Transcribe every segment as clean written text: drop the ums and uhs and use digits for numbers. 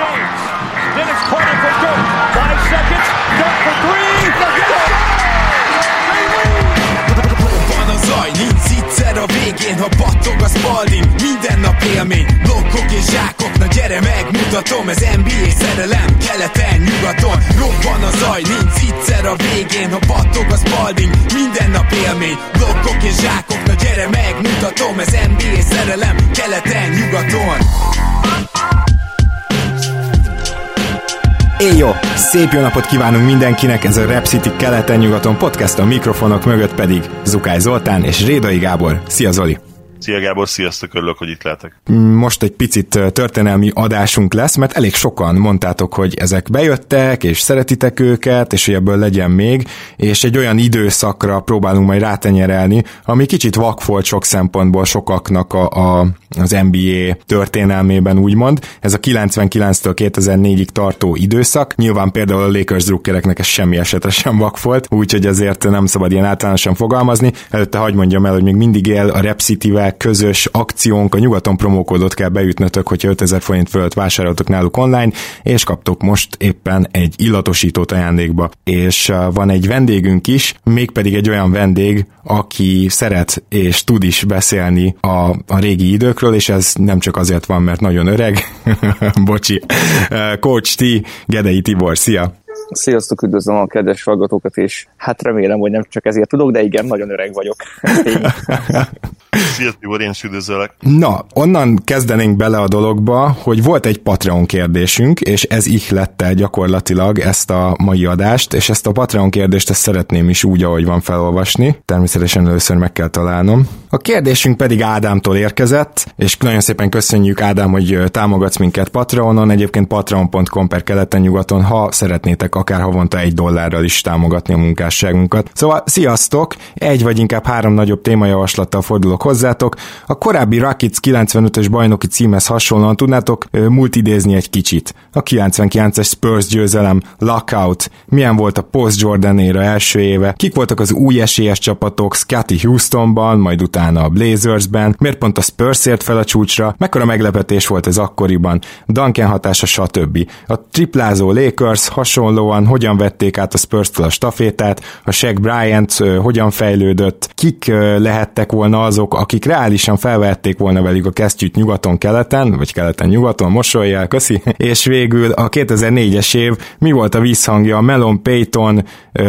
James. Dennis Carter for Dirk. 5 seconds. Dirk for 3. Let's go! Van a zaj, nincs egyszer a végén, ha battog a Spalding, minden nap élmény, blokkok és zsákok, na gyere megmutatom, ez NBA szerelem, keleten, nyugaton, robban a zaj, nincs egyszer a végén, ha battog a Spalding, minden nap élmény, blokkok és zsákok, na gyere megmutatom, ez NBA szerelem, keleten, nyugaton. Éjjó! Szép jó napot kívánunk mindenkinek, ez a Rap City keleten-nyugaton podcast, a mikrofonok mögött pedig Zukály Zoltán és Rédai Gábor. Szia Zoli! Szia Gábor, sziasztok, örülök, hogy itt lehetek. Most egy picit történelmi adásunk lesz, mert elég sokan mondtátok, hogy ezek bejöttek, és szeretitek őket, és hogy ebből legyen még, és egy olyan időszakra próbálunk majd rátenyerelni, ami kicsit vakfolt sok szempontból sokaknak az NBA történelmében úgymond. Ez a 99-től 2004-ig tartó időszak. Nyilván például a Lakers drukkereknek ez semmi esetre sem vakfolt, úgyhogy azért nem szabad ilyen általánosan fogalmazni. Előtte hadd mondjam el, hogy még mindig él a Rap City-vel közös akciónk, a nyugaton promókódot kell beütnötök, hogyha 5000 forint fölött vásároltok náluk online, és kaptok most éppen egy illatosítót ajándékba. És van egy vendégünk is, mégpedig egy olyan vendég, aki szeret és tud is beszélni a régi időkről, és ez nem csak azért van, mert nagyon öreg. Bocsi. Coach T, Gedei Tibor, szia! Sziasztok, üdvözlöm a kedves hallgatókat, és hát remélem, hogy nem csak ezért tudok, de igen, nagyon öreg vagyok. Szia Tibor, én is üdvözöllek. Na, onnan kezdenénk bele a dologba, hogy volt egy Patreon kérdésünk, és ez ihlette gyakorlatilag ezt a mai adást, és ezt a Patreon kérdést ezt szeretném is úgy, ahogy van felolvasni. Természetesen először meg kell találnom. A kérdésünk pedig Ádámtól érkezett, és nagyon szépen köszönjük Ádám, hogy támogatsz minket Patreonon, egyébként patreon.com/keleten-nyugaton, ha szeretnétek akár havonta $1 is támogatni a munkásságunkat. Szóval sziasztok! Egy vagy inkább 3 nagyobb témajavaslattal fordulok hozzátok. A korábbi Rockets 95-ös bajnoki címhez hasonlóan tudnátok multidézni egy kicsit. A 99-es Spurs győzelem, lockout, milyen volt a post-Jordan éra első éve, kik voltak az új esélyes csapatok Scottie Houstonban, majd utána a Blazersben, miért pont a Spurs ért fel a csúcsra, mekkora meglepetés volt ez akkoriban, Duncan hatása, stb. A triplázó Lakers hasonlóan hogyan vették át a Spurs-től a stafétát, a Shaq Bryant hogyan fejlődött, kik lehettek volna azok, akik reálisan felvették volna velük a kesztyűt nyugaton-keleten, vagy keleten-nyugaton, mosolyjál, köszi, és végül a 2004-es év, mi volt a visszhangja a Melon Payton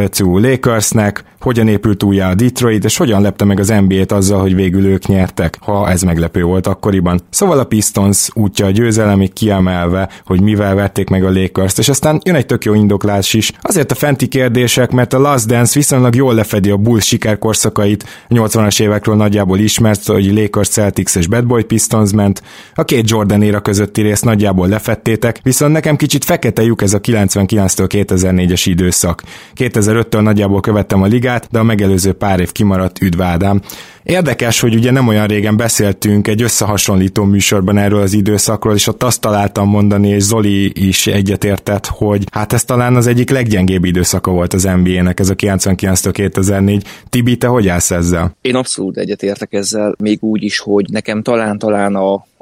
Lakersnek, hogyan épült újjá a Detroit, és hogyan lepte meg az NBA-t azzal, hogy végül ők nyertek, ha ez meglepő volt akkoriban. Szóval a Pistons útja a győzelemig kiemelve, hogy mivel vették meg a Lakers-t, és aztán jön egy tök jó indoklás is. Azért a fenti kérdések, mert a Last Dance viszonylag jól lefedi a Bulls sikerkorszakait, 80-as évekről nagyjából ismert, hogy Lakers, Celtics és Bad Boy Pistons ment. A két Jordan éra közötti részt nagyjából lefettétek, viszont nekem kicsit fekete lyuk ez a 99-től 2004-es időszak. 2005-től nagyjából követtem a ligát, de a megelőző pár év kimaradt, üdv Ádám. Érdekes, hogy ugye nem olyan régen beszéltünk egy összehasonlító műsorban erről az időszakról, és ott azt találtam mondani, és Zoli is egyetértett, hogy hát ez talán az egyik leggyengébb időszaka volt az NBA-nek, ez a 99-től 2004. Tibi, te hogy állsz ezzel? Én abszolút egyetértek ezzel, még úgy is, hogy nekem talán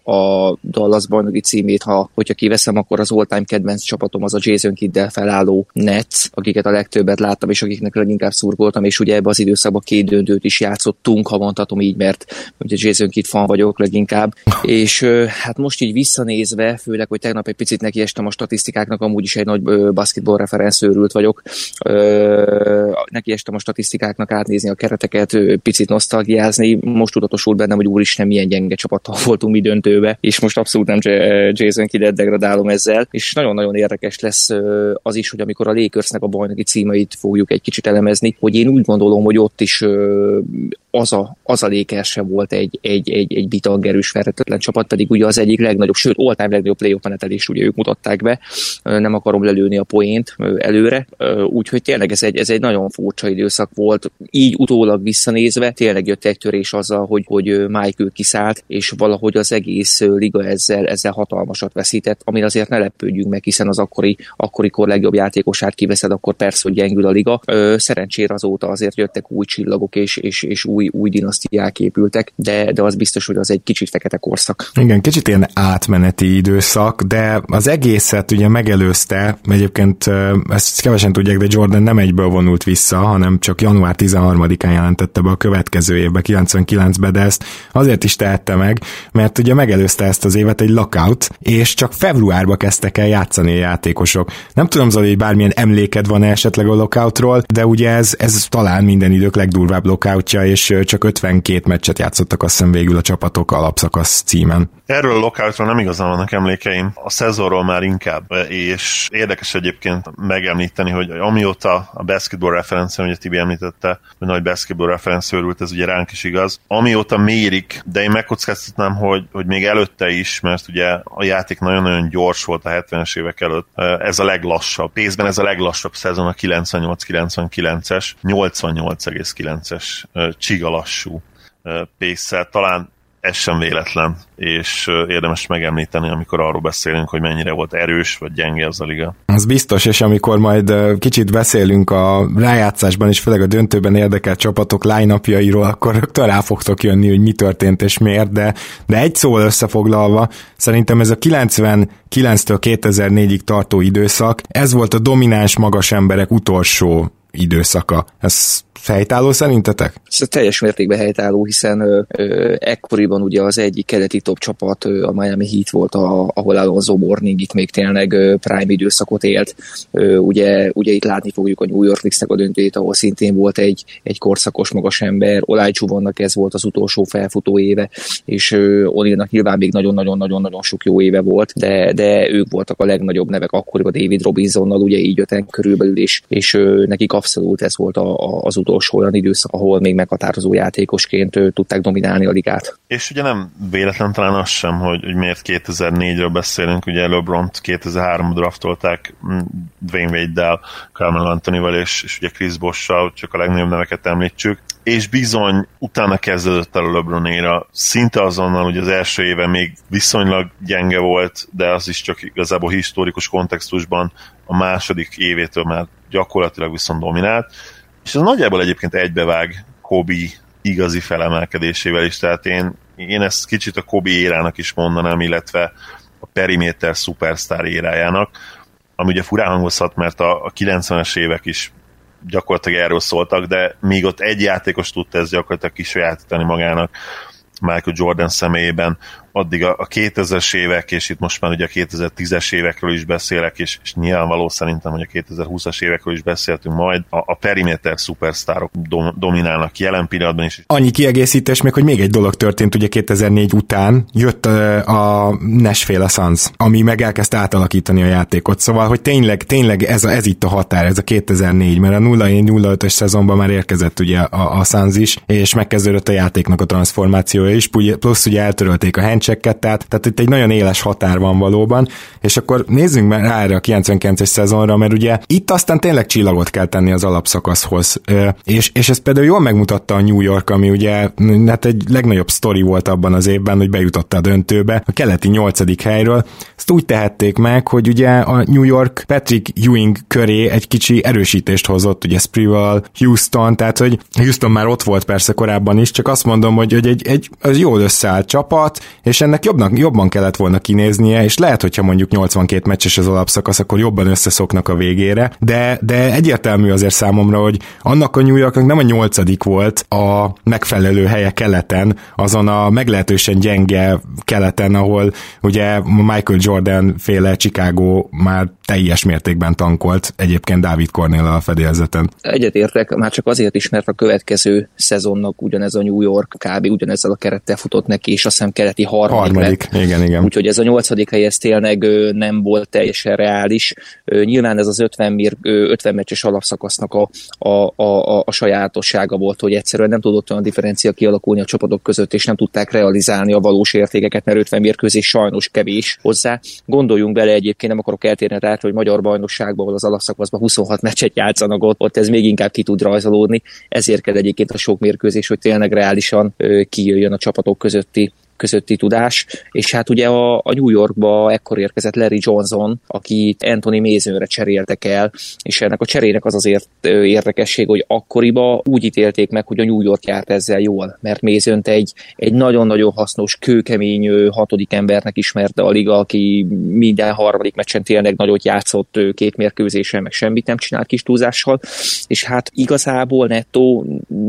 a Dallas bajnoki címét, hogyha kiveszem, akkor az all-time kedvenc csapatom az a Jason Kidd-del felálló Nets, akiket a legtöbbet láttam, és akiknek leginkább szurkoltam, és ugye ebbe az időszakban 2 döntőt is játszottunk, ha mondhatom így, mert ugye Jason Kidd fan vagyok leginkább, és hát most így visszanézve, főleg, hogy tegnap egy picit nekiestem a statisztikáknak, amúgy is egy nagy basketball referenszőrült vagyok, nekiestem a statisztikáknak, átnézni a kereteket, picit nosztalgiázni, most tudatosult bennem, hogy úristen, milyen gyenge csapattal voltunk mi döntőbe, és most abszolút nem Jason Kiddet degradálom ezzel, és nagyon-nagyon érdekes lesz az is, hogy amikor a Lakersnek a bajnoki címeit fogjuk egy kicsit elemezni, hogy én úgy gondolom, hogy ott is az a Lakers sem volt egy bitangerős, verhetetlen csapat, pedig ugye az egyik legnagyobb, sőt all-time legnagyobb playoff menetelést ugye ők mutatták be, nem akarom lelőni a poént előre, úgyhogy tényleg ez egy nagyon furcsa időszak volt, így utólag visszanézve, tényleg jött egy törés azzal, hogy Michael kiszállt, és valahogy az egész liga ezzel hatalmasat veszített, amin azért ne lepődjünk meg, hiszen az akkorikor legjobb játékosát kiveszed, akkor persze, hogy gyengül a liga. Szerencsére azóta azért jöttek új csillagok és új új dinasztiák épültek, de az biztos, hogy az egy kicsit fekete korszak. Igen, kicsit ilyen átmeneti időszak, de az egészet ugye megelőzte, egyébként ezt kevesen tudják, de Jordan nem egyből vonult vissza, hanem csak január 13-án jelentette be a következő évben, 99-ben, de ezt azért is tehette meg, mert ugye megelőzte ezt az évet egy lockout, és csak februárban kezdtek el játszani a játékosok. Nem tudom, Zoli, hogy bármilyen emléked van esetleg a lockoutról, de ugye ez talán minden idők legdurvább lockoutja, és csak 52 meccset játszottak azt hiszem végül a csapatok alapszakasz címen. Erről a lockoutról nem igazán vannak emlékeim, a szezonról már inkább, és érdekes egyébként megemlíteni, hogy amióta a Basketball Reference, ugye Tibi említette, hogy nagy Basketball Reference őrült, ez ugye ránk is igaz, amióta mérik, de én megkockáztatnám, hogy még előtte is, mert ugye a játék nagyon-nagyon gyors volt a 70-es évek előtt, ez a leglassabb. Pénzben ez a leglassabb szezon a 98-99-es, 88,9-es csigalassú pésszel, talán ez sem véletlen, és érdemes megemlíteni, amikor arról beszélünk, hogy mennyire volt erős vagy gyenge az a liga. Az biztos, és amikor majd kicsit beszélünk a rájátszásban, és főleg a döntőben érdekelt csapatok line-upjairól, akkor rögtön rá fogtok jönni, hogy mi történt és miért, de egy szóval összefoglalva, szerintem ez a 99-től 2004-ig tartó időszak, ez volt a domináns magas emberek utolsó időszaka. Ez helytálló szerintetek? Ez teljes mértékben helytálló, hiszen ekkoriban ugye az egyik keleti top csapat, a Miami Heat volt, ahol Alonzo Mourning itt még tényleg prime időszakot élt. Ugye itt látni fogjuk a New York Knicksnek a döntőjét, ahol szintén volt egy korszakos magas ember. Olajuwonnak ez volt az utolsó felfutó éve, és O'Nealnak nyilván még nagyon-nagyon-nagyon sok jó éve volt, de ők voltak a legnagyobb nevek akkoriban David Robinsonnal, ugye így 5 körülbelül, és nekik abszolút ez volt az utolsó olyan időszak, ahol még meghatározó játékosként tudták dominálni a ligát. És ugye nem véletlen talán az sem, hogy miért 2004-ről beszélünk, ugye LeBront 2003-ban draftolták Dwayne Wade-del, Carmelo Anthonyval és ugye Chris Bosh-sal, csak a legnagyobb neveket említsük, és bizony utána kezdődött el a LeBron éra. Szinte azonnal, ugye az első éve még viszonylag gyenge volt, de az is csak igazából historikus kontextusban a második évétől már gyakorlatilag viszont dominált, és ez nagyjából egyébként egybevág Kobe igazi felemelkedésével is, tehát én ezt kicsit a Kobe érának is mondanám, illetve a periméter szupersztár érájának, ami ugye furán hangozhat, mert a 90-es évek is gyakorlatilag erről szóltak, de még ott egy játékos tudta ezt gyakorlatilag kisajátítani magának, Michael Jordan személyében, addig a 2000-es évek, és itt most már ugye a 2010-es évekről is beszélek, és nyilvánvaló szerintem, hogy a 2020-as évekről is beszéltünk majd, a periméter szupersztárok dominálnak jelen pillanatban is. Annyi kiegészítés még, hogy még egy dolog történt, ugye 2004 után jött a Nashville Suns, ami meg elkezdte átalakítani a játékot, szóval, hogy tényleg ez itt a határ, ez a 2004, mert a 0-5-ös szezonban már érkezett ugye a Suns is, és megkezdődött a játéknak a transformációja is, plusz ugye eltörölték a handchecket, tehát itt egy nagyon éles határ van valóban, és akkor nézzünk már rá erre a 99-es szezonra, mert ugye itt aztán tényleg csillagot kell tenni az alapszakaszhoz, és ez például jól megmutatta a New York, ami ugye hát egy legnagyobb sztori volt abban az évben, hogy bejutott a döntőbe, a keleti 8. helyről. Ezt úgy tehették meg, hogy ugye a New York Patrick Ewing köré egy kicsi erősítést hozott, ugye Sprewell, Houston, tehát hogy Houston már ott volt persze korábban is, csak azt mondom, hogy egy jól összeállt csapat, és ennek jobban kellett volna kinéznie, és lehet, hogyha mondjuk 82 meccses az alapszakasz, akkor jobban összeszoknak a végére, de egyértelmű azért számomra, hogy annak a New Yorknak nem a 8. volt a megfelelő helye keleten, azon a meglehetősen gyenge keleten, ahol ugye Michael Jordan féle Chicago már teljes mértékben tankolt, egyébként David Cornell a fedélzeten. Egyetértek, már csak azért is, mert a következő szezonnak ugyanez a New York kb. Ugyanezzel a kerettel futott neki, és azt hiszem keleti harmadik. Igen. Úgyhogy ez a 8. hely, ez tényleg nem volt teljesen reális. Nyilván ez az 50 meccses alapszakasznak a sajátossága volt, hogy egyszerűen nem tudott olyan differencia kialakulni a csapatok között, és nem tudták realizálni a valós értékeket, mert 50 mérkőzés sajnos kevés hozzá. Gondoljunk bele, egyébként nem akarok eltérni rá, hogy magyar bajnokságban, ahol az alapszakaszban 26 meccset játszanak, ott ez még inkább ki tud rajzolódni. Ezért kell egyébként a sok mérkőzés, hogy tényleg reálisan kijöjjön a csapatok közötti közötti tudás, és hát ugye a New Yorkba ekkor érkezett Larry Johnson, akit Anthony Masonre cseréltek el, és ennek a cserének az azért érdekesség, hogy akkoriban úgy ítélték meg, hogy a New York járt ezzel jól, mert Masont egy nagyon-nagyon hasznos, kőkemény hatodik embernek ismerte a liga, aki minden harmadik meccsen tényleg nagyot játszott, 2 mérkőzésen, meg semmit nem csinált kis túlzással, és hát igazából nettó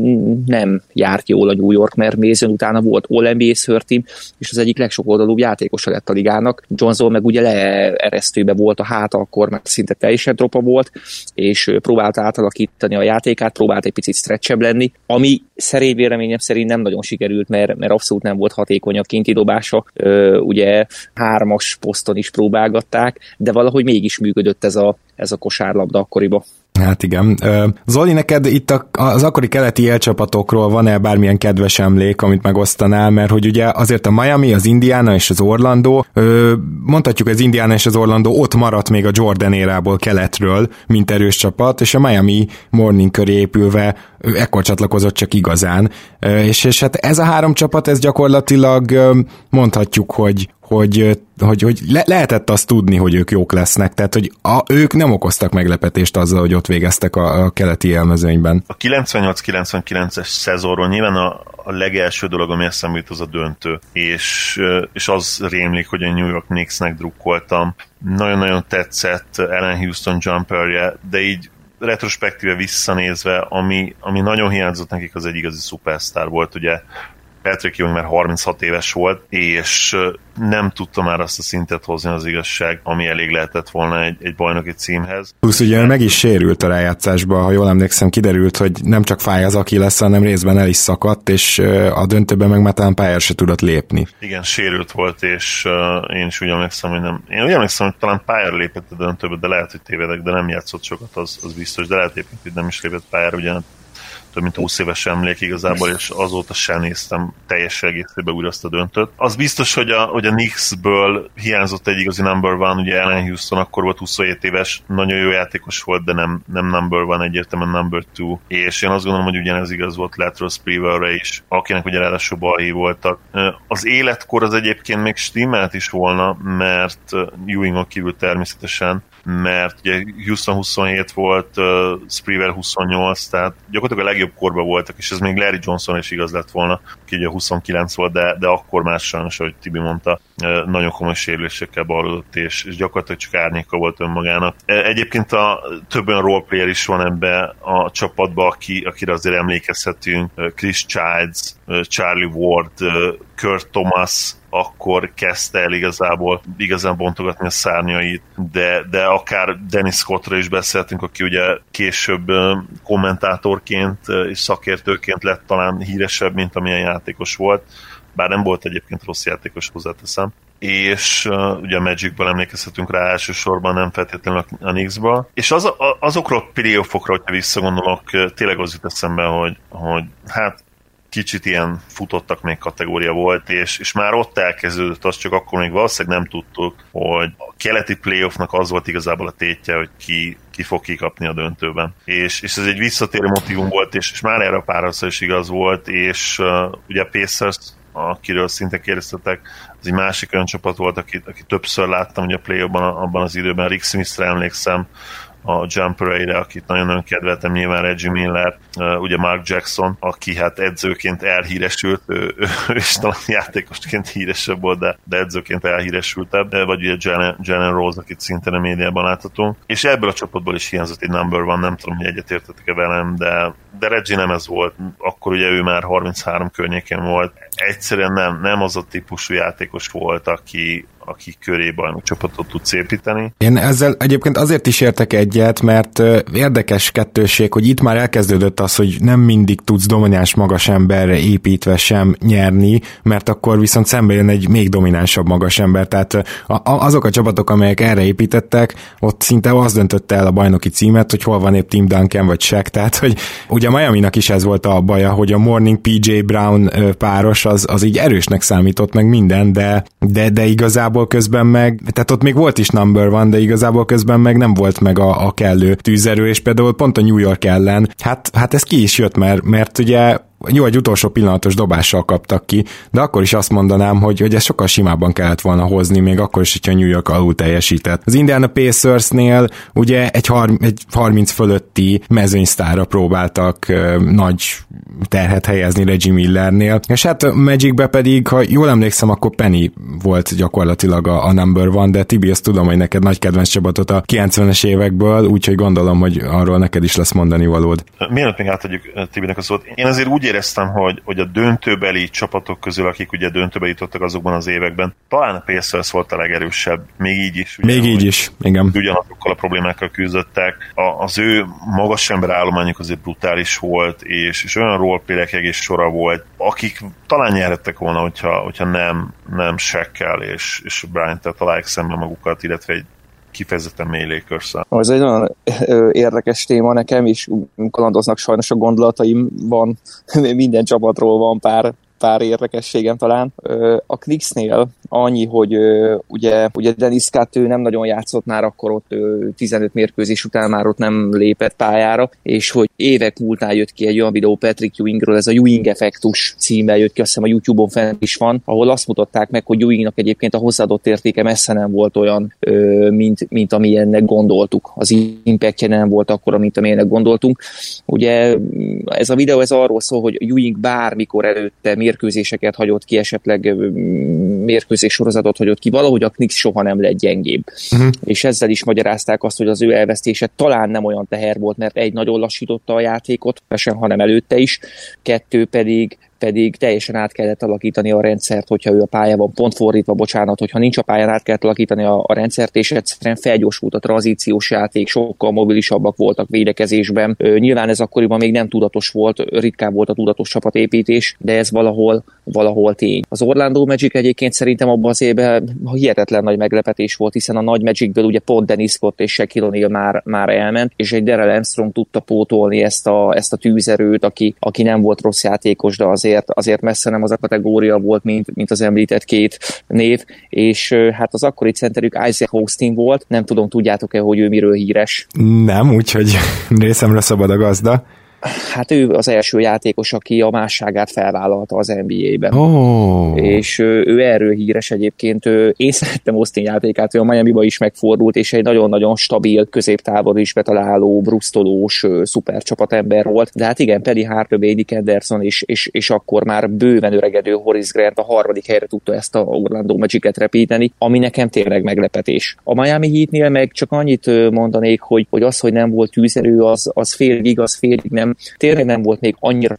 nem járt jól a New York, mert Mason utána volt All-NBA Third Team, és az egyik legsokoldalúbb játékosa lett a ligának. Johnson meg ugye leeresztőbe volt a háta, akkor már szinte teljesen dropa volt, és próbált átalakítani a játékát, próbált egy picit stretchebb lenni, ami szerény véleményem szerint nem nagyon sikerült, mert abszolút nem volt hatékony a kinti dobása, ugye 3-as poszton is próbálgatták, de valahogy mégis működött ez a kosárlabda akkoriban. Hát igen. Zoli, neked itt az akkori keleti élcsapatokról van-e bármilyen kedves emlék, amit megosztanál, mert hogy ugye azért a Miami, az Indiana és az Orlando, mondhatjuk az Indiana és az Orlando ott maradt még a Jordan érából keletről, mint erős csapat, és a Miami Morning köré épülve ekkor csatlakozott csak igazán. És hát ez a 3 csapat, ez gyakorlatilag mondhatjuk, hogy lehetett azt tudni, hogy ők jók lesznek, tehát hogy ők nem okoztak meglepetést azzal, hogy ott végeztek a keleti élmezőnyben. A 98-99-es szezonról nyilván a legelső dolog, ami eszembe jut, az a döntő, és az rémlik, hogy a New York Knicksnek drukkoltam. Nagyon-nagyon tetszett Allen Houston jumperje, de így retrospektíve visszanézve, ami nagyon hiányzott nekik, az egy igazi szupersztár volt, ugye Patrick Ewing már 36 éves volt, és nem tudta már azt a szintet hozni, az igazság, ami elég lehetett volna egy bajnoki címhez. Plusz ugye meg is sérült a rájátszásban, ha jól emlékszem, kiderült, hogy nem csak fáj az aki lesz, hanem részben el is szakadt, és a döntőben meg már talán pályára se tudott lépni. Igen, sérült volt, és én is úgy emlékszem, hogy nem. Én úgy emlékszem, hogy talán pályára lépett a döntőbe, de lehet, hogy tévedek, de nem játszott sokat, az biztos, de lehet éppen, hogy nem is lépett pályára, ugye több mint 20 éves emlék igazából, és azóta sem néztem teljes egészében újra azt a döntőt. Az biztos, hogy a Knicksből hiányzott egy igazi number one, ugye Allen Houston akkor volt 27 éves, nagyon jó játékos volt, de nem number one, egyértelműen number two, és én azt gondolom, hogy ugyanez igaz volt Latrell Sprewellre is, akinek ugye ráadásul balhé voltak. Az életkor az egyébként még stimmelt is volna, mert Ewingon kívül természetesen, mert ugye Houston 27 volt, Sprewell 28, tehát gyakorlatilag a legjobb korban voltak, és ez még Larry Johnson is igaz lett volna, aki ugye 29 volt, de akkor már sajnos, ahogy Tibi mondta, nagyon komoly sérülésekkel balodott, és gyakorlatilag csak árnyéka volt önmagának. Egyébként több olyan roleplayer is van ebbe a csapatba, akire azért emlékezhetünk, Chris Childs, Charlie Ward, Kurt Thomas, akkor kezdte el igazán bontogatni a szárnyait, de akár Dennis Scottra is beszéltünk, aki ugye később kommentátorként és szakértőként lett talán híresebb, mint amilyen játékos volt, bár nem volt egyébként rossz játékos, hozzáteszem. És ugye a Magicből emlékezhetünk rá elsősorban, nem feltétlenül a Knicksből. És azokról a playoffokra, hogyha visszagondolok, tényleg az jut eszembe, hogy hát kicsit ilyen futottak még kategória volt, és már ott elkezdődött az, csak akkor még valószínűleg nem tudtuk, hogy a keleti playoffnak az volt igazából a tétje, hogy ki fog kikapni a döntőben. És ez egy visszatérő motívum volt, és már erre a párharcra is igaz volt, és ugye a Pacers, akiről szinte kérdeztetek, az egy másik olyan csapat volt, aki többször láttam ugye a play-offban abban az időben, Rick Smithre emlékszem, a jumpereire, akit nagyon-nagyon kedveltem, nyilván Reggie Miller, ugye Mark Jackson, aki hát edzőként elhíresült, ő is talán játékosként híresebb volt, de edzőként elhíresültebb, vagy ugye Jalen Rose, akit szintén a médiában láthatunk, és ebből a csapatból is hiányzott egy number one, nem tudom, hogy egyetértetek-e velem, de Reggie nem ez volt, akkor ugye ő már 33 környéken volt, egyszerűen nem az a típusú játékos volt, aki köré bajnok csapatot tudsz építeni. Én ezzel egyébként azért is értek egyet, mert érdekes kettőség, hogy itt már elkezdődött az, hogy nem mindig tudsz domináns magas emberre építve sem nyerni, mert akkor viszont szembe jön egy még dominánsabb magas ember, tehát azok a csapatok, amelyek erre építettek, ott szinte az döntötte el a bajnoki címet, hogy hol van épp Tim Duncan vagy Shaq, tehát hogy ugye a Miaminak is ez volt a baja, hogy a Morning PJ Brown páros az így erősnek számított meg minden, de igazából közben meg, tehát ott még volt is number one, de igazából közben meg nem volt meg a kellő tűzerő, és például pont a New York ellen, hát ez ki is jött, mert ugye jó, egy utolsó pillanatos dobással kaptak ki, de akkor is azt mondanám, hogy ez sokkal simábban kellett volna hozni, még akkor is, hogyha New York alul teljesített. Az Indiana Pacersnél ugye egy 30 fölötti mezőnysztárra próbáltak nagy terhet helyezni Reggie Millernél, és hát Magicbe pedig, ha jól emlékszem, akkor Penny volt gyakorlatilag a number one, de Tibi, azt tudom, hogy neked nagy kedvenc csapatot a 90-es évekből, úgyhogy gondolom, hogy arról neked is lesz mondani valód. Mielőtt még átadjuk Tibinek a szót, én azért úgy éreztem, hogy a döntőbeli csapatok közül, akik ugye döntőbe jutottak azokban az években, talán a Pacers volt a legerősebb, még így is. Ugye, még így is, igen. Ugyanazokkal a problémákkal küzdöttek. Az ő magas ember állományuk azért brutális volt, és olyan roleplayek egész sora volt, akik talán nyerhettek volna, hogyha nem Shaq-kel és Bryant-tel találják szemben magukat, illetve egy kifejezetten mély Lakers-szel. Ez egy nagyon érdekes téma nekem, és kalandoznak sajnos a gondolataimban. Minden csapatról van pár érdekességem talán. A Knicksnél annyi, hogy ugye Dennis Scott nem nagyon játszott már, akkor ott 15 mérkőzés után már ott nem lépett pályára, és hogy évek múltán jött ki egy olyan videó Patrick Ewingről, ez a Ewing effektus címmel jött ki, azt hiszem a YouTube-on fenn is van, ahol azt mutatták meg, hogy Ewingnak egyébként a hozzáadott értéke messze nem volt olyan, mint amilyennek gondoltuk. Az impactje nem volt akkora, mint amilyennek gondoltunk. Ugye ez a videó arról szól, hogy Ewing bármikor előtte mérkőzéseket hagyott ki, esetleg mérkőzés sorozatot hagyott ki, valahogy a Knicks soha nem lett gyengébb. És ezzel is magyarázták azt, hogy az ő elvesztése talán nem olyan teher volt, mert egy nagyon lassította a játékot, hanem előtte is, kettő pedig teljesen át kellett alakítani a rendszert, hogyha ő a pályában, pont fordítva, bocsánat, hogyha nincs a pályán, át kellett alakítani a rendszert, és egyszerűen felgyorsult a tranzíciós játék, sokkal mobilisabbak voltak védekezésben. Nyilván ez akkoriban még nem tudatos volt, ritkán volt a tudatos csapatépítés, de ez valahol tény. Az Orlando Magic egyébként szerintem abban az évben hihetetlen nagy meglepetés volt, hiszen a nagy Magicből ugye pont Dennis Scott és Shaquille O'Neal már elment, és egy Darrell Armstrong tudta pótolni ezt a tűzerőt, aki nem volt rossz játékos, de azért messze nem az a kategória volt, mint az említett két név, és hát az akkori centerük Isaac Augustin volt, nem tudom, tudjátok-e, hogy ő miről híres? Nem, úgyhogy részemre szabad a gazda. Hát ő az első játékos, aki a másságát felvállalta az NBA-ben. Oh. És ő erről híres egyébként. Én szerettem Austin játékát, ő a Miami-ba is megfordult, és egy nagyon-nagyon stabil, középtávol is betaláló, brusztolós, szuper csapatember volt. De hát igen, Penny Hardaway, Nick Anderson és akkor már bőven öregedő Horace Grant a harmadik helyre tudta ezt a Orlando Magic-et repíteni, ami nekem tényleg meglepetés. A Miami Heatnél meg csak annyit mondanék, hogy az, hogy nem volt tűzerő, az félig igaz, félig nem. Tényleg nem volt még annyira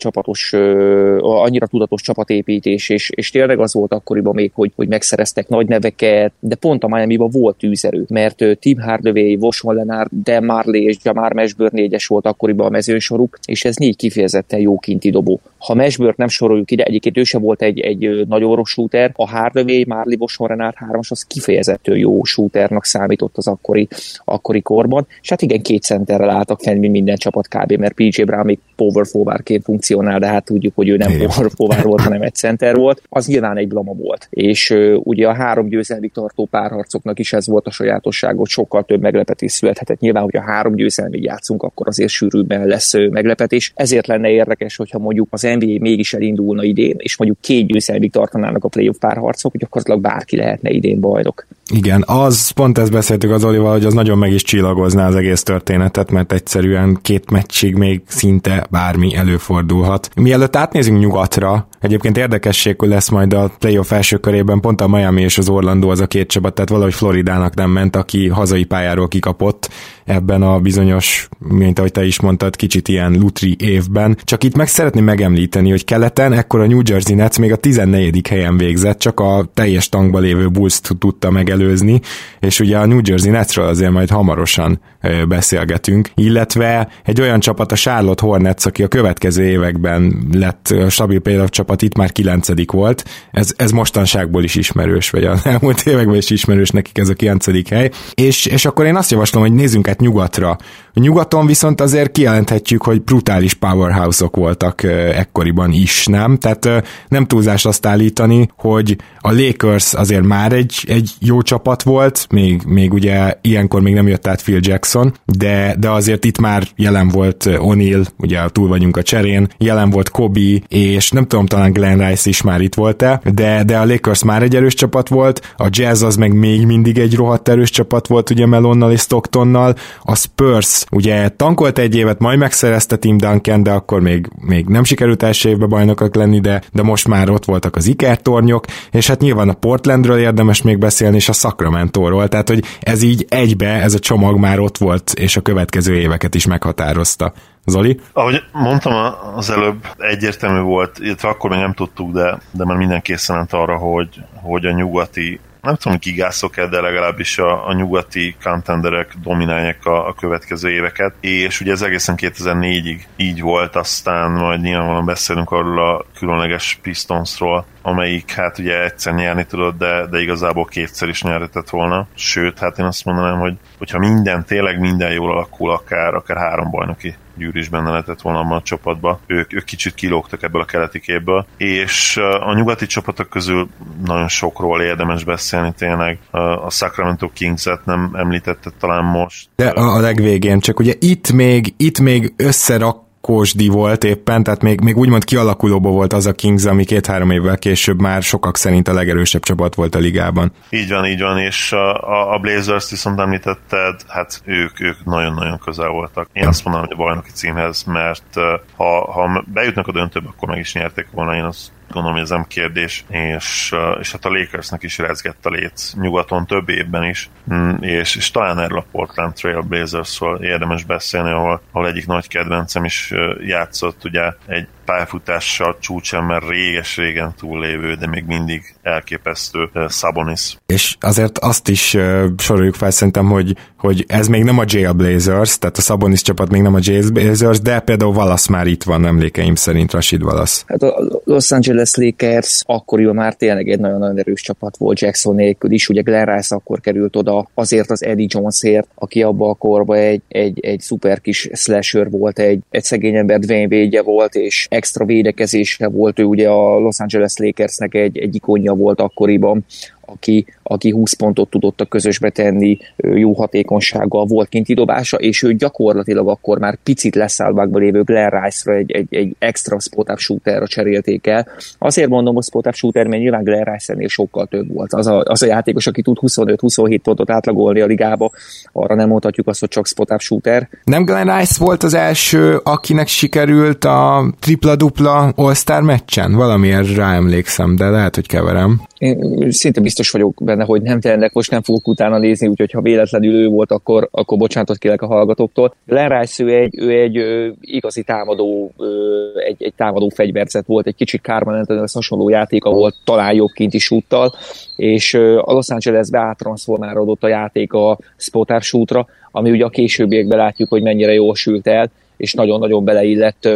tudatos csapatépítés, és tényleg az volt akkoriban még, hogy megszereztek nagy neveket, de pont a Miami-ban volt tűzerő, mert Tim Hardaway, Washon Leonard, Dan Marley és Jamar Mashburn négyes volt akkoriban a mezőnysoruk, és ez négy kifejezetten jó kinti dobó. Ha Mashburn nem soroljuk ide, egyébként ő sem volt egy nagyon rossz shooter, a Hardaway, Marley, Washon Leonard 3-as az kifejezetten jó shooternak számított az akkori korban, és hát igen, két centerrel álltak fenn, mint minden csapat kb., mert PJ Brown még power forwardként funkcionál, de hát tudjuk, hogy ő nem power forward volt, hanem egy center volt. Az nyilván egy blama volt. És ugye a 3 győzelmig tartó párharcoknak is ez volt a sajátosság, hogy sokkal több meglepetés születhetett. Nyilván, hogyha 3 győzelmig játszunk, akkor azért sűrűbben lesz meglepetés. Ezért lenne érdekes, hogyha mondjuk az NBA mégis elindulna idén, és mondjuk 2 győzelmig tartanának a playoff párharcok, hogy gyakorlatilag bárki lehetne idén bajnok. Igen, pont ezt beszéltük az Olival, hogy az nagyon meg is csillagozná az egész történetet, mert egyszerűen 2 meccsig még szinte bármi előfordulhat. Mielőtt átnézünk nyugatra, egyébként érdekesség, hogy lesz majd a playoff első körében pont a Miami és az Orlando az a 2 csapat, tehát valahogy Floridának nem ment, aki hazai pályáról kikapott ebben a bizonyos, mint ahogy te is mondtad, kicsit ilyen lutri évben. Csak itt meg szeretném megemlíteni, hogy keleten ekkor a New Jersey Nets még a 14. helyen végzett, csak a teljes tankba lévő Bulls-t tudta megelőzni, és ugye a New Jersey Netsről azért majd hamarosan beszélgetünk, illetve egy olyan csapat, a Charlotte Hornets, aki a következő években lett a stabil playoff csapat, itt már 9. volt. Ez mostanságból is ismerős, vagy az elmúlt években is ismerős nekik ez a 9. hely. És akkor én azt javaslom, hogy nézzünk helyet nyugatra. A nyugaton viszont azért kijelenthetjük, hogy brutális powerhouse-ok voltak ekkoriban is, nem? Tehát nem túlzás azt állítani, hogy a Lakers azért már egy jó csapat volt, még ugye ilyenkor még nem jött át Phil Jackson, de azért itt már jelen volt O'Neal, ugye túl vagyunk a cserén, jelen volt Kobe, és nem tudom, talán Glenn Rice is már itt volt-e, de a Lakers már egy erős csapat volt, a Jazz az meg még mindig egy rohadt erős csapat volt, ugye Melonnal és Stocktonnal, a Spurs ugye tankolt egy évet, majd megszerezte Tim Duncan, de akkor még nem sikerült első évben bajnokok lenni, de most már ott voltak az ikertornyok, és hát nyilván a Portlandről érdemes még beszélni, és a Sacramento-ról, tehát hogy ez így egybe, ez a csomag már ott volt, és a következő éveket is meghatározta. Zoli? Ahogy mondtam az előbb, egyértelmű volt, illetve akkor még nem tudtuk, de már minden készen állt arra, hogy a nyugati, nem tudom, hogy kigászok-e, de legalábbis a nyugati contenderek dominálják a következő éveket, és ugye ez egészen 2004-ig így volt, aztán majd nyilvánvalóan beszélünk arról a különleges Pistonsról, amelyik hát ugye egyszer nyerni tudott, de igazából kétszer is nyerhetett volna. Sőt, hát én azt mondanám, hogyha tényleg minden jól alakul, akár 3 bajnoki gyűrű is benne lehetett volna abban a csapatban. Ők kicsit kilógtak ebből a keleti képből, és a nyugati csapatok közül nagyon sokról érdemes beszélni tényleg. A Sacramento Kings-et nem említette talán most. De a legvégén, csak ugye itt még Kósdi volt éppen, tehát még úgymond kialakulóban volt az a Kings, ami 2-3 évvel később már sokak szerint a legerősebb csapat volt a ligában. Így van, és a Blazers viszont említetted, hát ők nagyon-nagyon közel voltak. Én azt mondanám, hogy a bajnoki címhez, mert ha bejutnak a döntőbe, akkor meg is nyerték volna, én azt gondolom, hogy ez nem kérdés, és hát a Lakersnek is rezgett a léc nyugaton több évben is, és talán erről a Portland Trail Blazersről érdemes beszélni, ahol egyik nagy kedvencem is játszott, ugye egy pályafutással csúcsán, mert réges-régen túllévő, de még mindig elképesztő Sabonis. És azért azt is soroljuk fel szerintem, hogy ez még nem a Jail Blazers, tehát a Sabonis csapat még nem a Jail Blazers, de például Wallace már itt van, emlékeim szerint, Rashid Wallace. Hát a Los Angeles Lakers akkoriban már tényleg egy nagyon-nagyon erős csapat volt Jackson nélkül is, ugye Glenn Rice akkor került oda azért az Eddie Jonesért, aki abban a korban egy szuper kis slasher volt, egy szegény ember Dwayne Wade volt, és extra védekezésre volt, ő ugye a Los Angeles Lakersnek egy ikonja volt akkoriban, aki 20 pontot tudott a közösbe tenni, jó hatékonysággal volt kinti dobása, és ő gyakorlatilag akkor már picit leszállvákban lévő Glenn Rice-ra egy extra spot-up shooterra cserélték el. Azért mondom, hogy spot-up shooter, mert nyilván Glenn Rice-ennél sokkal több volt. Az a játékos, aki tud 25-27 pontot átlagolni a ligába, arra nem mondhatjuk azt, hogy csak spot-up shooter. Nem Glenn Rice volt az első, akinek sikerült a tripla-dupla All-Star meccsen? Valamiért ráemlékszem, de lehet, hogy keverem. Én szinte biztos vagyok benne, hogy nem, tényleg most nem fogok utána nézni, úgyhogy ha véletlenül ő volt, akkor bocsánatot kérek a hallgatóktól. Glenn Rice, ő egy igazi támadó, egy támadó fegyverzet volt, egy kicsit Carmelo Anthonyhoz hasonló játéka volt, talán jobb kinti shoottal, és a Los Angelesbe áttranszformálódott a játék a spot-up shootra, ami ugye a későbbiekben látjuk, hogy mennyire jól sült el, és nagyon-nagyon beleillett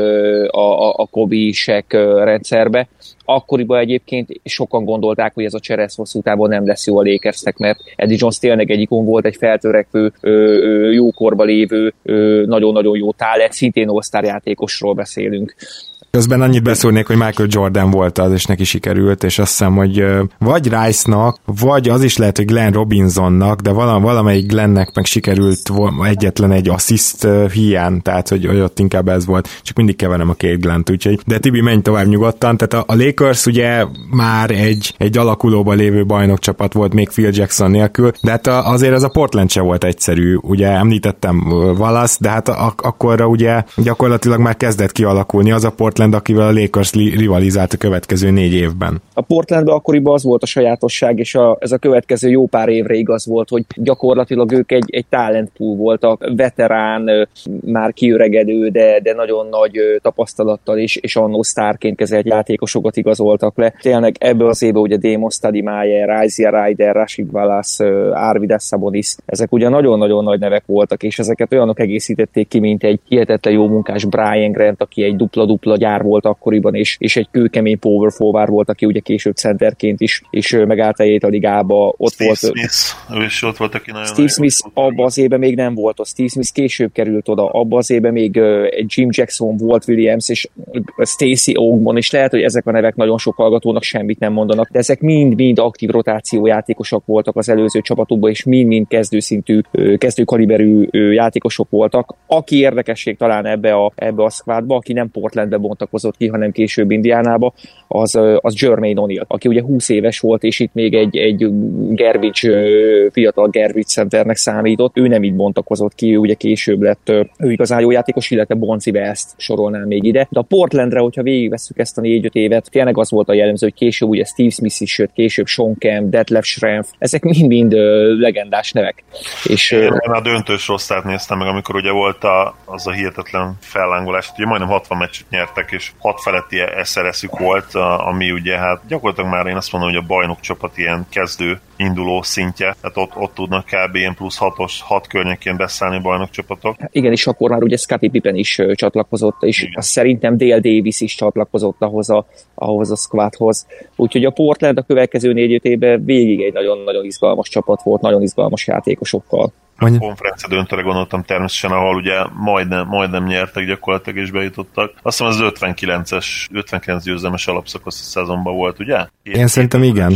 a Kobe-sek rendszerbe. Akkoriban egyébként sokan gondolták, hogy ez a csere hosszú távon nem lesz jó a Lakersnek, mert Eddie Jones tényleg egy ikon volt, egy feltörekvő, jókorba lévő, nagyon-nagyon jó talent, szintén all-star játékosról beszélünk. Közben annyit beszélnék, hogy Michael Jordan volt az, és neki sikerült, és azt hiszem, hogy vagy Rice-nak, vagy az is lehet, hogy Glenn Robinsonnak, de valamelyik Glennnek meg sikerült egyetlen egy assziszt hiány, tehát hogy ott inkább ez volt, csak mindig keverem a két Glennt, úgyhogy, de Tibi, menj tovább nyugodtan, tehát a Lakers ugye már egy alakulóban lévő bajnokcsapat volt még Phil Jackson nélkül, de hát azért ez a Portland se volt egyszerű, ugye említettem Wallace, de hát akkorra ugye gyakorlatilag már kezdett kialakulni az a Portland, akivel a Lakers rivalizált a következő 4 évben. A Portlandben akkoriban az volt a sajátosság, és ez a következő jó pár évre igaz volt, hogy gyakorlatilag ők egy talent pool voltak, veterán, már kiöregedő, de nagyon nagy tapasztalattal és annó sztárként kezelt játékosokat igazoltak le. Tényleg ebből az évben ugye Damon Stoudemire, Isaiah Rider, Rashid Wallace, Arvydas Sabonis, ezek ugye nagyon-nagyon nagy nevek voltak, és ezeket olyanok egészítették ki, mint egy hihetetlen jó munkás Brian Grant, aki egy dupla-dupla gyár volt akkoriban, és egy kőkemény power forward volt, aki ugye később centerként is megállt a ligába. Ott Steve volt Smith, ő is ott volt, aki nagyon Steve Smith abban az évben még nem volt ott. Steve Smith később került oda, abban az évben még egy Jim Jackson volt, Williams és Stacey Ogmon, és lehet, hogy ezek a nevek nagyon sok hallgatónak semmit nem mondanak, de ezek mind aktív rotációjátékosok voltak az előző csapatukban, és mind kezdőszintű, kezdőkaliberű játékosok voltak. Aki érdekesség talán ebbe a squadba, aki nem Portlandbe bontakozott ki, hanem később Indiánába, az Jermaine O'Neal, aki ugye 20 éves volt, és itt még egy fiatal Gervich centernek számított. Ő nem így bontakozott ki, ő ugye később lett ő igazán jó játékos, illetve Bonzi Wells-t sorolnám még ide. De a Portlandre, hogyha végigvesszük ezt a 4-5 évet, tényleg az volt a jellemző, hogy később ugye Steve Smith is jött, később Sean Kemp, Detlef Schrempf, ezek mind-mind legendás nevek. És, én a döntős rosszát néztem meg, amikor ugye volt az a hihetetlen fellángolás, ugye majdnem 60 meccset nyertek, és 6 feletti SRS-ük volt, ami ugye hát gyakorlatilag már én azt mondom, hogy a bajnokcsapat ilyen kezdő induló szintje, tehát ott tudnak kb. Ilyen plusz 6 környékén beszállni bajnokcsapatok. Igen, és akkor már ugye Scottie Pippen is csatlakozott, és szerintem Dale Davis is csatlakozott ahhoz a squadhoz. Úgyhogy a Portland a következő 4-5 évben végig egy nagyon-nagyon izgalmas csapat volt, nagyon izgalmas játékosokkal. A konferencia döntőre gondoltam természetesen, ahol ugye majdnem nyertek gyakorlatilag és bejutottak. Azt hiszem az 59 győzelmes alapszakasz szezonban volt, ugye? Én szerintem igen.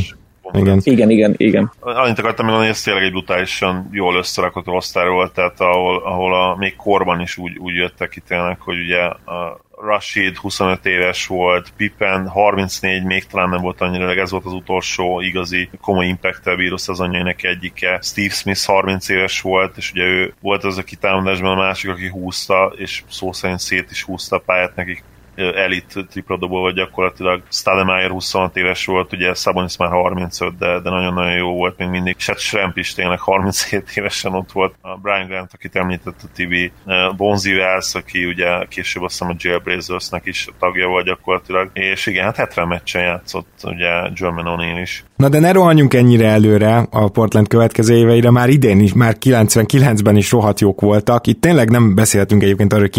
Igen. Annyit akartam még mondani, hogy ez tényleg egy brutálisan jól összerakott osztály volt, tehát ahol még korban is úgy jöttek ki tényleg, hogy ugye a Rashid 25 éves volt, Pippen 34, még talán nem volt annyira, ez volt az utolsó igazi komoly impact-tel bíró szezonjainak egyike. Steve Smith 30 éves volt, és ugye ő volt az, aki támadásban a másik, aki húzta, és szó szerint szét is húzta a pályát nekik. Elit tripladobó vagy gyakorlatilag. Stoudemire 26 éves volt, ugye Sabonis már 35, de nagyon-nagyon jó volt még mindig. Chet Schrempf is tényleg 37 évesen ott volt. A Brian Grant, akit említett a Tibi, Bonzi Wells, aki ugye később azt hiszem a Jailblazersnek is tagja volt gyakorlatilag. És igen, hát 70 meccsen játszott ugye Jermaine O'Neal is. Na de ne rohanjunk ennyire előre a Portland következő éveire, már idén is, már 99-ben is rohadt jók voltak. Itt tényleg nem beszélhetünk egyébként arról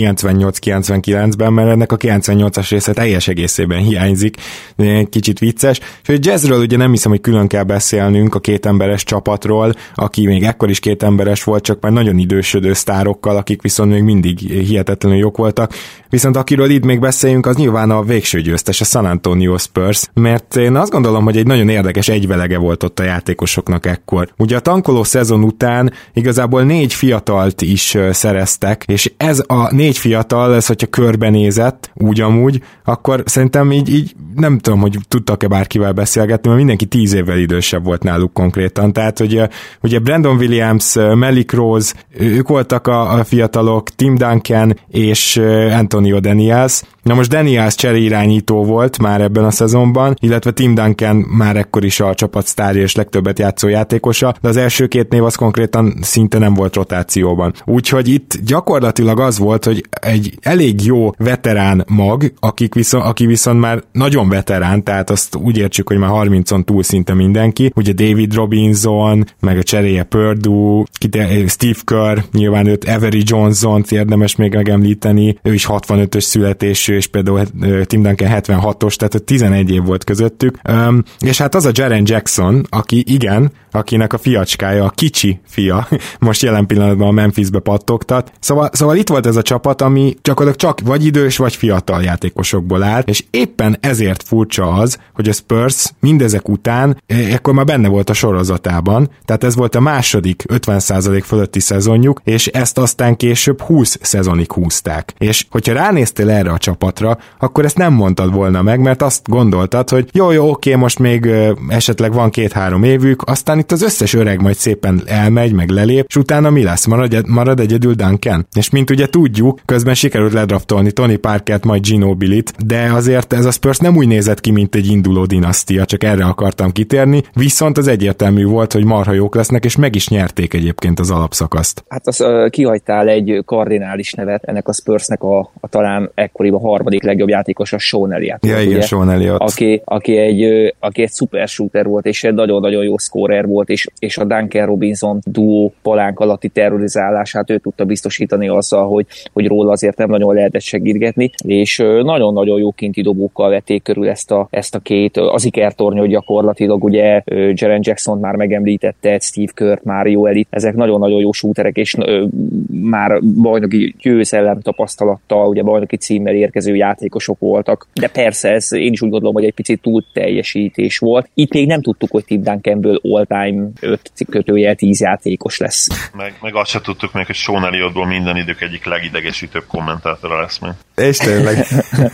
98-99-ben, mert ennek a 98-as része teljes egészében hiányzik, de kicsit vicces. És a Jazzről ugye nem hiszem, hogy külön kell beszélnünk a kétemberes csapatról, aki még ekkor is kétemberes volt, csak már nagyon idősödő sztárokkal, akik viszont még mindig hihetetlenül jók voltak. Viszont akiről itt még beszéljünk, az nyilván a végső győztes, a San Antonio Spurs, mert én azt gondolom, hogy egy nagyon érdekes egyvelege volt ott a játékosoknak ekkor. Ugye a tankoló szezon után igazából 4 fiatalt is szereztek, és ez a 4 fiatal, ez hogyha körbenézett, úgy amúgy, akkor szerintem így nem tudom, hogy tudtak-e bárkivel beszélgetni, mert mindenki 10 évvel idősebb volt náluk konkrétan. Tehát, hogy ugye Brandon Williams, Malik Rose, ők voltak a fiatalok, Tim Duncan és Antonio Daniels. Na most Daniels cseréirányító volt már ebben a szezonban, illetve Tim Duncan már ekkor is a csapat sztárja és legtöbbet játszó játékosa, de az első 2 név az konkrétan szinte nem volt rotációban. Úgyhogy itt gyakorlatilag az volt, hogy egy elég jó veterán mag, aki viszont már nagyon veterán, tehát azt úgy értsük, hogy már 30-on túl szinte mindenki, ugye David Robinson, meg a cseréje Purdue, Steve Kerr, nyilván őt Avery Johnson-t érdemes még megemlíteni, ő is 65-ös születésű, és például Tim Duncan 76-os, tehát 11 év volt közöttük, és hát az a Jaren Jackson, akinek a fiacskája, a kicsi fia, most jelen pillanatban a Memphisbe pattogtat. Szóval itt volt ez a csapat, ami gyakorlatilag csak vagy idős, vagy fiatal játékosokból áll, és éppen ezért furcsa az, hogy a Spurs mindezek után ekkor már benne volt a sorozatában, tehát ez volt a második 50% fölötti szezonjuk, és ezt aztán később 20 szezonig húzták. És hogyha ránéztél erre a csapatra, akkor ezt nem mondtad volna meg, mert azt gondoltad, hogy jó, oké, most még esetleg van 2-3 évük, aztán itt az összes öreg majd szépen elmegy, meg lelép, és utána mi lesz? Marad egyedül Duncan. És mint ugye tudjuk, közben sikerült ledraftolni Tony Parkert, majd Ginobili-t, de azért ez a Spurs nem úgy nézett ki, mint egy induló dinasztia, csak erre akartam kitérni, viszont az egyértelmű volt, hogy marha jók lesznek, és meg is nyerték egyébként az alapszakaszt. Hát kihagytál egy kardinális nevet ennek a Spursnek a talán ekkoriban harmadik legjobb játékos a Sean Elliott. Ja, igen, Sean Elliott. Aki egy szuper shooter volt, és egy nagyon-nagyon jó scorer volt, és a Duncan Robinson duó palánk alatti terrorizálását ő tudta biztosítani azzal, hogy róla azért nem nagyon lehetett segítgetni, és nagyon-nagyon jó kinti dobókkal vették körül ezt a két, az ikertornyot gyakorlatilag, ugye Jaren Jackson már megemlítette, Steve Kerr, Mario Elit, ezek nagyon-nagyon jó shooterek, és már bajnoki győzelem tapasztalattal, ugye bajnoki címmel érkező játékosok voltak, de persze ez én is úgy gondolom, hogy egy picit túl teljesítés volt. Itt még nem tudtuk, hogy Tim Duncanből all-time 5-10 játékos lesz. Meg azt se tudtuk még, hogy Sean Elliottból minden idők egyik legidegesítőbb kommentátora lesz még. És tényleg.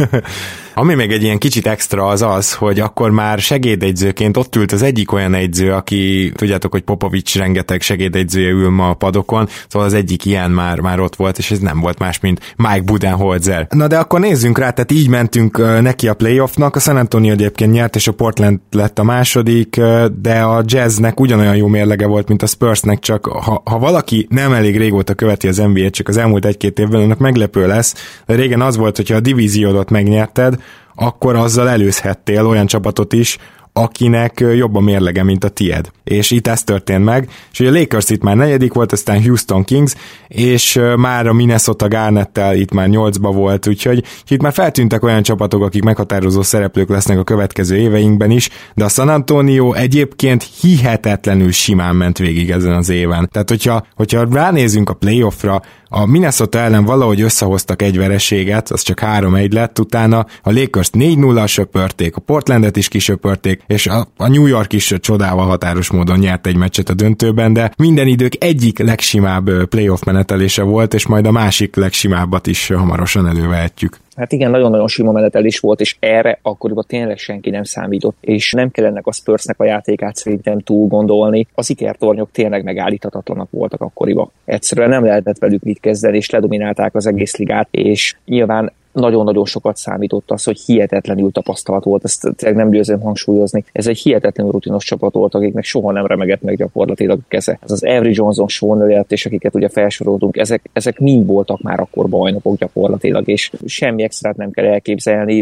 Ami még egy ilyen kicsit extra az, hogy akkor már segédegyzőként ott ült az egyik olyan egyző, aki, tudjátok, hogy Popovics rengeteg segédegyzője ül ma a padokon, szóval az egyik ilyen már ott volt, és ez nem volt más, mint Mike Budenholzer. Na de akkor nézzünk rá, tehát így mentünk neki a playoffnak, a San Antonio egyébként nyert, és a Portland lett a második, de a Jazznek ugyanolyan jó mérlege volt, mint a Spursnek, csak ha valaki nem elég régóta követi az NBA-t, csak az elmúlt 1-2 évben, annak meglepő lesz. De régen az volt, hogyha a divíziódot megnyerted, akkor azzal előzhettél olyan csapatot is, akinek jobb a mérlege, mint a tied. És itt ez történt meg, és ugye a Lakers itt már 4. volt, aztán Houston Kings, és már a Minnesota Garnettel itt már 8-ba volt, úgyhogy itt már feltűntek olyan csapatok, akik meghatározó szereplők lesznek a következő éveinkben is, de a San Antonio egyébként hihetetlenül simán ment végig ezen az éven. Tehát hogyha ránézünk a playoffra, a Minnesota ellen valahogy összehoztak egy vereséget, az csak 3-1 lett, utána a Lakers 4-0-al söpörték, a Portlandet is kisöpörték, és a New York is csodával határos módon nyert egy meccset a döntőben, de minden idők egyik legsimább playoff menetelése volt, és majd a másik legsimábbat is hamarosan elővehetjük. Hát igen, nagyon-nagyon sima menetelés volt, és erre akkoriban tényleg senki nem számított, és nem kell ennek a Spursnek a játékát szerintem túl gondolni. Az ikertornyok tényleg megállíthatatlanak voltak akkoriban. Egyszerűen nem lehetett velük mit kezdeni, és ledominálták az egész ligát, és nyilván nagyon-nagyon sokat számított az, hogy hihetetlenül tapasztalat volt, ezt nem győzöm hangsúlyozni. Ez egy hihetetlenül rutinos csapat volt, akiknek soha nem remegett meg gyakorlatilag a keze. Ez az Avery Johnson, Sean Elliott, és akiket ugye felsoroltunk, ezek mind voltak már akkor bajnokok gyakorlatilag, és semmi extrát nem kell elképzelni.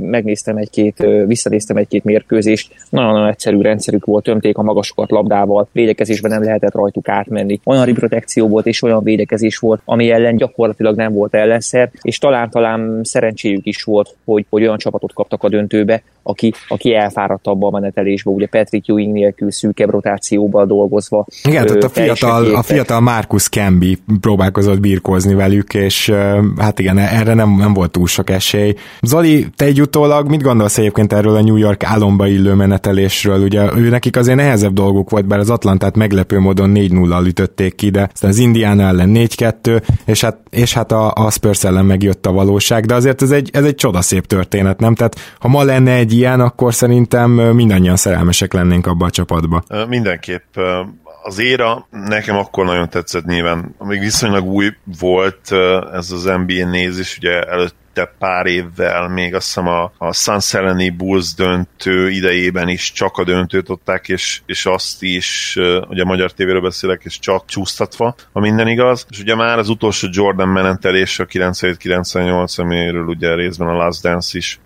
Visszanéztem egy-két mérkőzést, nagyon-nagyon egyszerű rendszerük volt, tömték a magasokat labdával, védekezésben nem lehetett rajtuk átmenni. Olyan riprotekció volt, és olyan védekezés volt, ami ellen gyakorlatilag nem volt ellenszer, és talán szerencséjük is volt, hogy olyan csapatot kaptak a döntőbe, aki elfáradt abba a menetelésbe, ugye Patrick Ewing nélkül szűkebb rotációval dolgozva. Igen, tehát a fiatal Marcus Camby próbálkozott birkózni velük, és hát igen, erre nem volt túl sok esély. Zoli, te egy utólag mit gondolsz egyébként erről a New York álomba illő menetelésről? Ugye nekik azért nehezebb dolguk volt, bár az Atlantát meglepő módon 4-0-al ütötték ki, de aztán az Indiana ellen 4-2, és hát a Spurs ellen megjött a valóság, de azért ez egy csodaszép történet, nem? Tehát ha ma lenne egy ilyen, akkor szerintem mindannyian szerelmesek lennénk abba a csapatba. Mindenképp. Az éra nekem akkor nagyon tetszett nyilván. Még viszonylag új volt ez az NBA nézés, ugye előtte pár évvel még azt hiszem a Suns elleni Bulls döntő idejében is csak a döntőt adták, és azt is, ugye a magyar tévéről beszélek, és csak csúsztatva, ha minden igaz. És ugye már az utolsó Jordan menetelés, a 97-98, amiről ugye részben a Last Dance is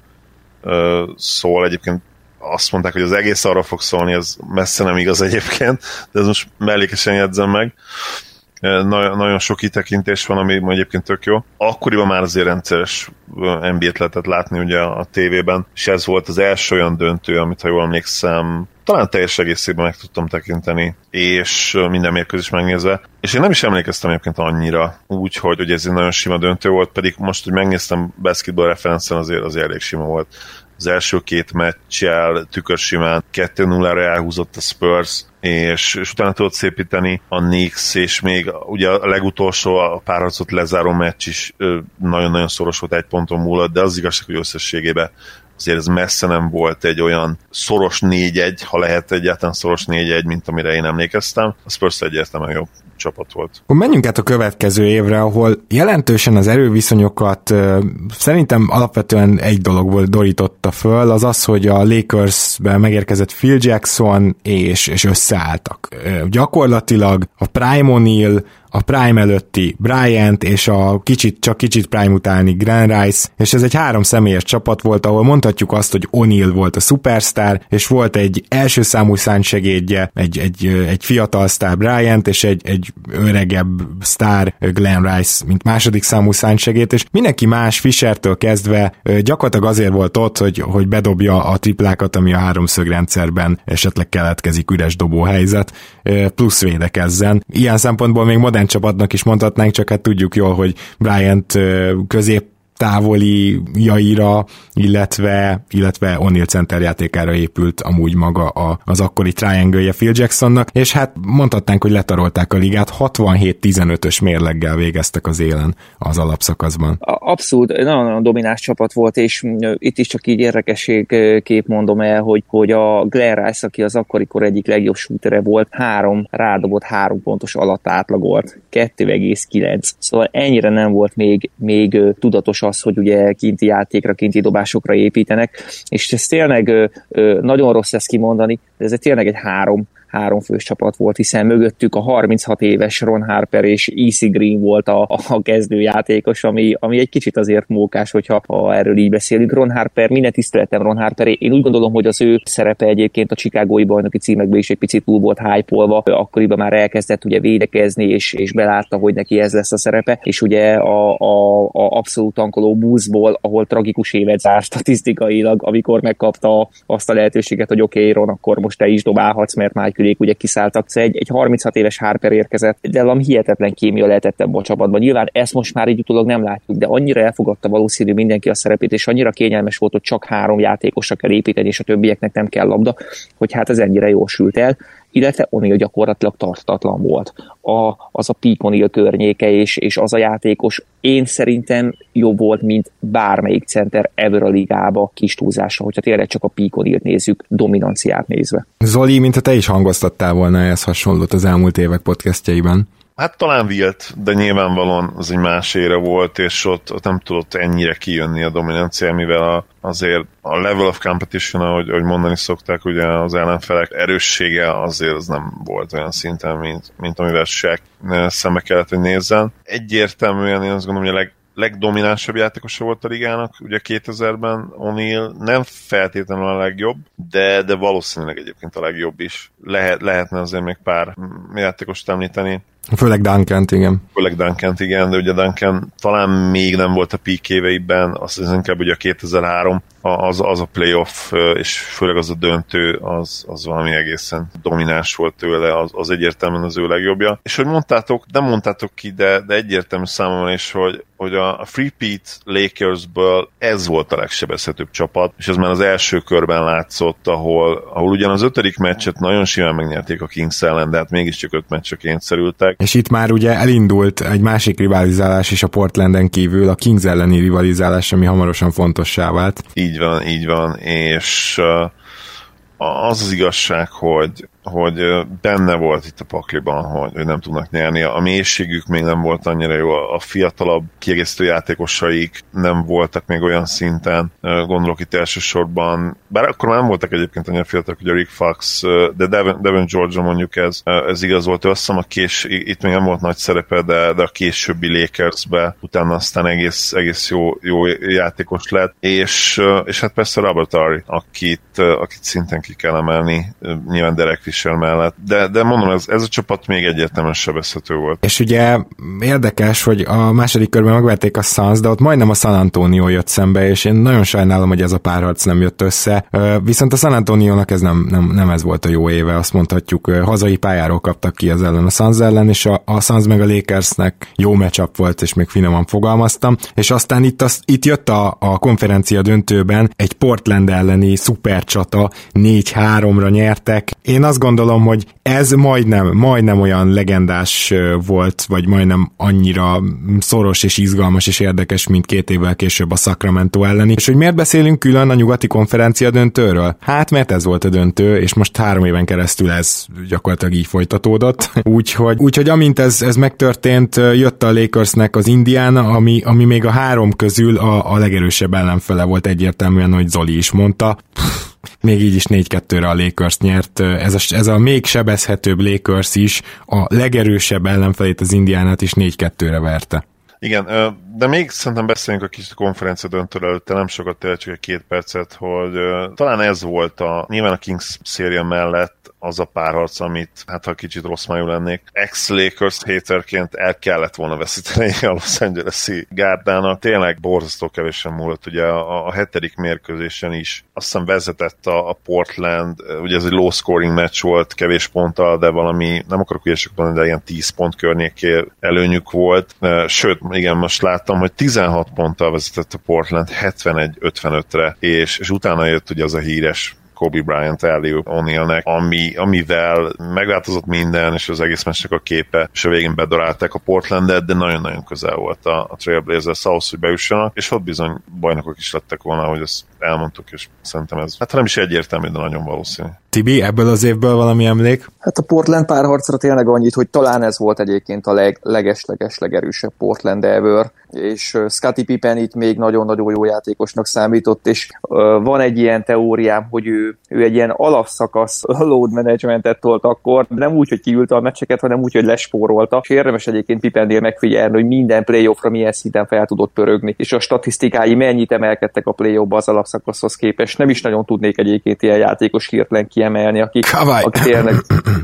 szól. Egyébként azt mondták, hogy az egész arra fog szólni, ez messze nem igaz egyébként, de ez most mellékesen jegyzem meg. Nagyon sok kitekintés van, ami egyébként tök jó. Akkoriban már azért rendszeres NBA-t lehetett látni ugye a tévében, és ez volt az első olyan döntő, amit ha jól emlékszem, talán teljes egészében meg tudtam tekinteni, és minden mérkőzés megnézve. És én nem is emlékeztem egyébként annyira, úgyhogy ez egy nagyon sima döntő volt, pedig most, hogy megnéztem basketball referencen, azért elég sima volt. Az első két meccsel tükörsimán 2-0-ra elhúzott a Spurs, és utána tudott szépíteni a Knicks, és még ugye a legutolsó a párharcot lezáró meccs is nagyon-nagyon szoros volt, 1 ponton múlott, de az igazság, hogy összességében azért ez messze nem volt egy olyan szoros 4-1, ha lehet egyáltalán szoros 4-1, mint amire én emlékeztem. A Spurs egyértelműen jobb csapat volt. Akkor menjünk át a következő évre, ahol jelentősen az erőviszonyokat szerintem alapvetően egy dologból dorította föl, az, hogy a Lakersbe megérkezett Phil Jackson és összeálltak. Gyakorlatilag a Prime O'Neal, a Prime előtti Bryant és a csak kicsit Prime utáni Grant Rice, és ez egy 3 személyes csapat volt, ahol mondhatjuk azt, hogy O'Neal volt a szupersztár, és volt egy első számú szárnysegédje, egy fiatal sztár Bryant, és egy öregebb sztár Glenn Rice, mint második számú szárnysegéd, és mindenki más Fishertől kezdve gyakorlatilag azért volt ott, hogy bedobja a triplákat, ami a háromszögrendszerben esetleg keletkezik üres dobóhelyzet, plusz védekezzen. Ilyen szempontból még modern csapatnak is mondhatnánk, csak hát tudjuk jól, hogy Bryant távoli jaira, illetve O'Neal centerjátékára épült amúgy maga az akkori triangle-je Phil Jacksonnak, és hát mondhatnánk, hogy letarolták a ligát, 67-15-ös mérleggel végeztek az élen az alapszakaszban. Abszolút, nagyon domináns csapat volt, és itt is csak így érdekességképp mondom el, hogy a Glenn Rice, aki az akkorikor egyik legjobb shootere volt, rádobott 3 pontos alatt átlagolt, 2,9. Szóval ennyire nem volt még tudatos az, hogy ugye kinti játékra, kinti dobásokra építenek, és ez tényleg nagyon rossz ezt kimondani, de ez tényleg egy 3 fős csapat volt, hiszen mögöttük a 36 éves Ron Harper és E.C. Green volt a kezdőjátékos, ami egy kicsit azért mókás, hogyha erről így beszélünk. Ron Harper, minden tiszteletem Ron Harper, én úgy gondolom, hogy az ő szerepe egyébként a chicagói bajnoki címekben is egy picit túl volt hype-olva, akkoriban már elkezdett ugye védekezni, és belátta, hogy neki ez lesz a szerepe, és ugye a abszolút tankoló Bullsból, ahol tragikus évet zárt statisztikailag, amikor megkapta azt a lehetőséget, hogy oké, Ron, akkor most te is dobálhatsz, mert már ugye kiszálltak. Egy 36 éves Harper érkezett, de valami hihetetlen kémia lehetett ebben a csapatban. Nyilván ezt most már így utólag nem látjuk, de annyira elfogadta valószínű mindenki a szerepét, és annyira kényelmes volt, hogy csak 3 játékosra kell építeni, és a többieknek nem kell labda, hogy hát ez ennyire jól sült el, illetve O'Neal gyakorlatilag tartatlan volt. Az a Peak O'Neal környéke, és az a játékos én szerintem jobb volt, mint bármelyik center ever a ligába, kis túlzásra, hogyha tényleg csak a Peak O'Nealt nézzük, dominanciát nézve. Zoli, mintha te is hangoztattál volna ehhez hasonlót az elmúlt évek podcastjaiban. Hát talán Wilt, de nyilvánvalóan az egy más ére volt, és ott nem tudott ennyire kijönni a dominancia, mivel azért a level of competition, ahogy mondani szokták, ugye az ellenfelek erőssége azért az nem volt olyan szinten, mint amivel Shaq szembe kellett, hogy nézzen. Egyértelműen én azt gondolom, hogy a legdominánsabb játékosa volt a ligának, ugye 2000-ben O'Neal nem feltétlenül a legjobb, de valószínűleg egyébként a legjobb is. Lehetne azért még pár játékost említeni. Főleg Duncant, igen. De ugye Duncan talán még nem volt a peak éveiben, azt hiszem inkább ugye a 2003, az a playoff, és főleg az a döntő, az valami egészen domináns volt tőle, az egyértelműen az ő legjobbja. És hogy nem mondtátok ki, de egyértelmű számomra is, hogy a Three-peat Lakersből ez volt a legsebezhetőbb csapat, és ez már az első körben látszott, ahol ugyan az 5. meccset nagyon simán megnyerték a Kings ellen, de hát mégiscsak 5 meccsre kényszerültek. És itt már ugye elindult egy másik rivalizálás is a Portlanden kívül, a Kings elleni rivalizálás, ami hamarosan fontossá vált. Így van, és az igazság, hogy benne volt itt a pakliban, hogy nem tudnak nyerni. A mélységük még nem volt annyira jó, a fiatalabb kiegészítő játékosaik nem voltak még olyan szinten, gondolok itt elsősorban, bár akkor már nem voltak egyébként annyira fiatalok, hogy a Rick Fox, de Devin George mondjuk ez igaz volt, azt hiszem itt még nem volt nagy szerepe, de a későbbi Lakersbe utána aztán egész jó játékos lett, és hát persze Robert Horry, akit szinten ki kell emelni, nyilván Derek Fisher mellett, de mondom, ez a csapat még egyértelműen sebezhető volt. És ugye érdekes, hogy a második körben megverték a Suns, de ott majdnem a San Antonio jött szembe, és én nagyon sajnálom, hogy ez a párharc nem jött össze. Viszont a San Antonionak ez nem ez volt a jó éve, azt mondhatjuk, hazai pályáról kaptak ki az ellen a Suns ellen, és a Suns meg a Lakersnek jó matchup volt, és még finoman fogalmaztam, és aztán itt jött a konferencia döntőben egy Portland elleni szupercsata, 4-3-ra nyertek, Én azt gondolom, hogy ez majdnem olyan legendás volt, vagy majdnem annyira szoros és izgalmas és érdekes, mint 2 évvel később a Sacramento elleni. És hogy miért beszélünk külön a nyugati konferencia döntőről? Hát mert ez volt a döntő, és most 3 éven keresztül ez gyakorlatilag így folytatódott. Úgyhogy amint ez megtörtént, jött a Lakersnek az Indiana, ami még a 3 közül a legerősebb ellenfele volt egyértelműen, hogy Zoli is mondta. Még így is 4-2-re a Lakers nyert. Ez a még sebezhetőbb Lakers is a legerősebb ellenfelét, az Indiánát is 4-2-re verte. Igen, de még szerintem beszéljünk a kis konferencia döntőről előtte, nem sokat, tényleg csak egy 2 percet, hogy talán ez volt nyilván a Kings széria mellett az a párharc, amit, hát ha kicsit rossz májú lennék, ex-Lakers haterként el kellett volna veszíteni a Los Angeles-i gárdának. Tényleg borzasztó kevésen múlott, ugye a 7. mérkőzésen is azt hiszem vezetett a Portland, ugye ez egy low scoring match volt, kevés ponttal, de valami, nem akarok ügyesek mondani, de ilyen 10 pont környéké előnyük volt. Sőt, igen, most láttam, hogy 16 ponttal vezetett a Portland 71-55-re, és utána jött ugye az a híres Kobe Bryant alley-oop O'Nealnek, amivel megváltozott minden, és az egész meccsnek a képe, és a végén bedarálták a Portlandet, de nagyon-nagyon közel volt a Trailblazers ahhoz, hogy bejussanak, és ott bizony bajnokok is lettek volna, hogy ezt elmondtuk, és szerintem ez, hát nem is egyértelmű, de nagyon valószínű. Tibi, ebből az évből valami emlék? Hát a Portland párharcra tényleg annyit, hogy talán ez volt egyébként a legesleges-legerősebb Portland ever, és Scottie Pippen itt még nagyon-nagyon jó játékosnak számított, és van egy ilyen teóriám, hogy ő egy ilyen alapszakasz load managementet tolt akkor, nem úgy, hogy kiülte a meccseket, hanem úgy, hogy lespórolta, és érdemes egyébként Pippennél megfigyelni, hogy minden playoffra milyen szinten fel tudott pörögni, és a statisztikái mennyit emelkedtek a playoffba az alapszakaszhoz képest. Nem is nagyon tudnék egyébként ilyen játékos hirtelen kiemelni, aki tényleg...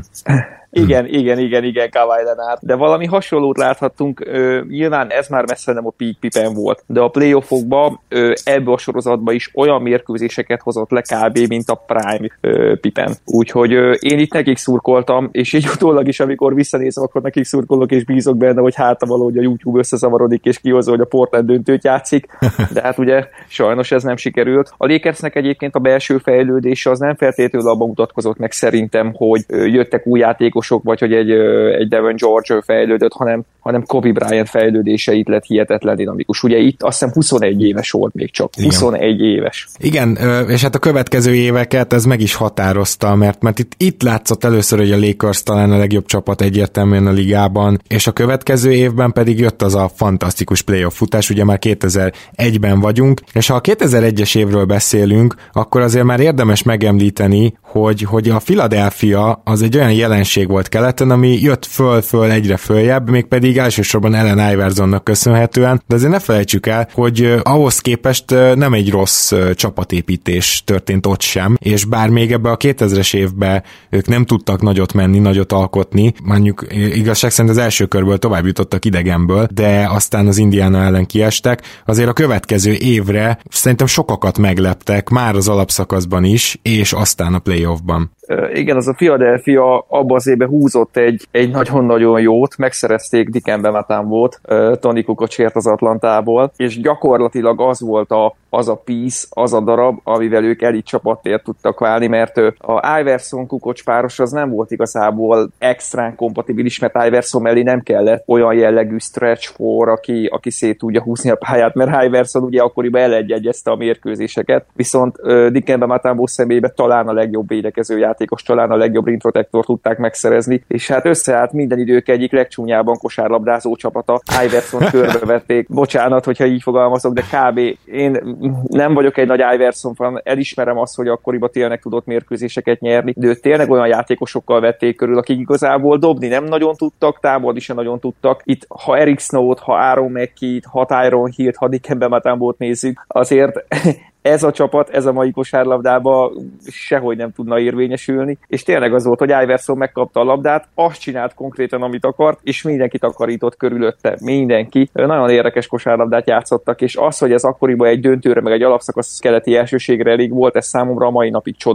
Igen, Kawhi Leonard. De valami hasonlót láthattunk, nyilván ez már messze nem a peak Pippen volt, de a playoffokban ebbe a sorozatban is olyan mérkőzéseket hozott le kb. Mint a prime Pippen. Úgyhogy én itt nekik szurkoltam, és így utólag is, amikor visszanézem, akkor nekik szurkolok, és bízok benne, hogy hát valahogy a YouTube összezavarodik, és kihozza, hogy a Portland döntőt játszik, de hát ugye sajnos ez nem sikerült. A Lakersnek egyébként a belső fejlődése az nem feltétlenül abban mutatkozott meg szerintem, hogy jöttek új játékosok, vagy hogy egy Devin George fejlődött, hanem Kobe Bryant fejlődése itt lett hihetetlen dinamikus. Ugye itt azt hiszem 21 éves volt még csak. 21 éves. Igen, és hát a következő éveket ez meg is határozta, mert itt látszott először, hogy a Lakers talán a legjobb csapat egyértelműen a ligában, és a következő évben pedig jött az a fantasztikus playoff futás, ugye már 2001-ben vagyunk, és ha a 2001-es évről beszélünk, akkor azért már érdemes megemlíteni, hogy a Philadelphia az egy olyan jelenség volt keleten, ami jött föl egyre följebb, mégpedig elsősorban Allen Iversonnak köszönhetően, de azért ne felejtsük el, hogy ahhoz képest nem egy rossz csapatépítés történt ott sem, és bár még ebbe a 2000-es évben ők nem tudtak nagyot menni, nagyot alkotni, mondjuk igazság szerint az első körből tovább jutottak idegenből, de aztán az Indiana ellen kiestek, azért a következő évre szerintem sokakat megleptek, már az alapszakaszban is, és aztán a playoffban. Igen, az a Philadelphia abban az évben húzott egy nagyon-nagyon jót, megszerezték Dikembe Mutombo-t, Tony Kukocsért az Atlantából, és gyakorlatilag az volt az a piece, az a darab, amivel ők elit csapattért tudtak válni, mert a Iverson-Kukocs páros az nem volt igazából extrán kompatibilis, mert Iverson mellé nem kellett olyan jellegű stretch for, aki szét tudja húzni a pályát, mert Iverson ugye akkoriban elegyegyezte a mérkőzéseket, viszont Dikembe Mutombo személyében talán a legjobb védekező játékos, talán a legjobb rim protector tudták megszerezni, és hát összeállt minden idők egyik legcsúnyában kosárlabdázó csapata. Iverson körbevették. Bocsánat, hogyha így fogalmazok, de kb. Én nem vagyok egy nagy Iverson fan, elismerem azt, hogy akkoriban tényleg tudott mérkőzéseket nyerni, de őt tényleg olyan játékosokkal vették körül, akik igazából dobni nem nagyon tudtak, támadni sem nagyon tudtak. Itt, ha Eric Snow-t, ha Aaron McKee-t, ha Tyron Hill-t, ha Dikembe Mutombót nézzük, azért ez a csapat, ez a mai kosárlabdában sehogy nem tudna érvényesülni, és tényleg az volt, hogy Iverson megkapta a labdát, azt csinált konkrétan, amit akart, és mindenki takarított körülötte, mindenki. Nagyon érdekes kosárlabdát játszottak, és az, hogy ez akkoriban egy döntőre, meg egy alapszakasz keleti elsőségre elég volt, ez számomra a mai napig csoda,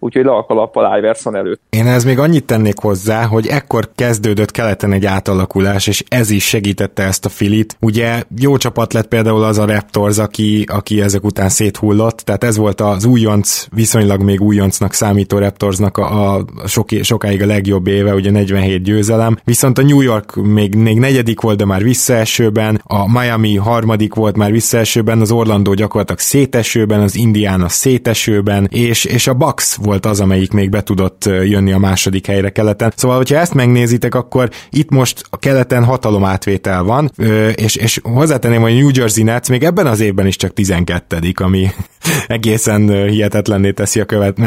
úgyhogy le a kalappal Iverson előtt. Én ez még annyit tennék hozzá, hogy ekkor kezdődött keleten egy átalakulás, és ez is segítette ezt a Philit. Ugye jó csapat lett például az a Raptors, aki ezek után széthullott, tehát ez volt az újonc, viszonylag még újoncnak számító Raptorsnak a sokáig a legjobb éve, ugye 47 győzelem, viszont a New York még negyedik volt, de már visszaesőben, a Miami harmadik volt már visszaesőben, az Orlando gyakorlatilag szétesőben, az Indiana szétesőben, és a Bucks volt az, amelyik még be tudott jönni a második helyre keleten. Szóval, hogyha ezt megnézitek, akkor itt most a keleten hatalomátvétel van, és hozzátenném, hogy a New Jersey Nets még ebben az évben is csak 12., ami egészen hihetetlenné teszi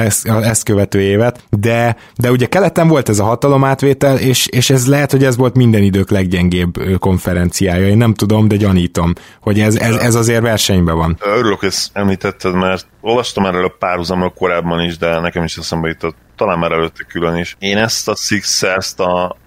ezt követő évet, de ugye keleten volt ez a hatalomátvétel, és ez lehet, hogy ez volt minden idők leggyengébb konferenciája. Én nem tudom, de gyanítom, hogy ez azért versenyben van. Örülök, hogy ezt említetted, mert olvastam erről a párhuzamról korábban is, de nekem is eszembe jutott, talán már előtte külön is. Én ezt a Sixers-t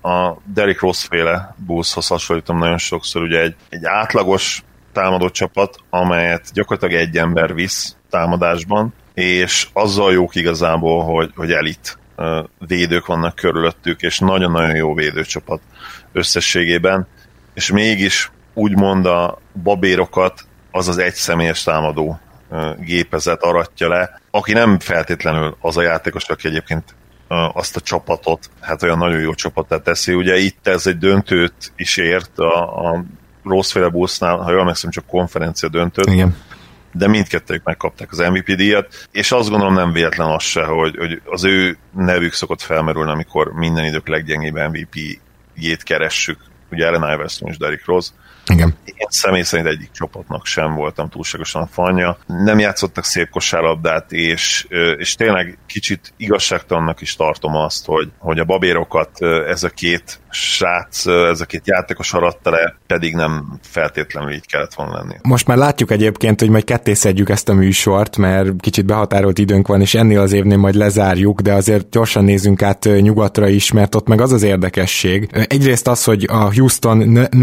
a Derrick Rose-féle Bullshoz hasonlítom nagyon sokszor, ugye egy átlagos támadó csapat, amelyet gyakorlatilag egy ember visz támadásban, és azzal jók igazából, hogy elit védők vannak körülöttük, és nagyon-nagyon jó védőcsapat összességében, és mégis úgymond a babérokat az az egyszemélyes támadó gépezet aratja le, aki nem feltétlenül az a játékos, aki egyébként azt a csapatot, hát olyan nagyon jó csapatát teszi. Ugye itt ez egy döntőt is ért a Rose-féle Bullsnál, ha jól megszem, csak konferencia döntőt. Igen. De mindkettőjük megkapták az MVP díjat, és azt gondolom nem véletlen az se, hogy az ő nevük szokott felmerülni, amikor minden idők leggyengébb MVP-jét keressük. Ugye Allen Iverson és Derrick Rose. Igen. Én személy szerint egyik csapatnak sem voltam túlságosan a fanja. Nem játszottak szép kosárlabdát, és tényleg kicsit igazságtalannak is tartom azt, hogy a babérokat ez a két srác, ez a két játékos aratta le, pedig nem feltétlenül így kellett volna lenni. Most már látjuk egyébként, hogy majd kettészedjük ezt a műsort, mert kicsit behatárolt időnk van, és ennél az évnél majd lezárjuk, de azért gyorsan nézzünk át nyugatra is, mert ott meg az az érdekesség. Egyrészt az, hogy a Houston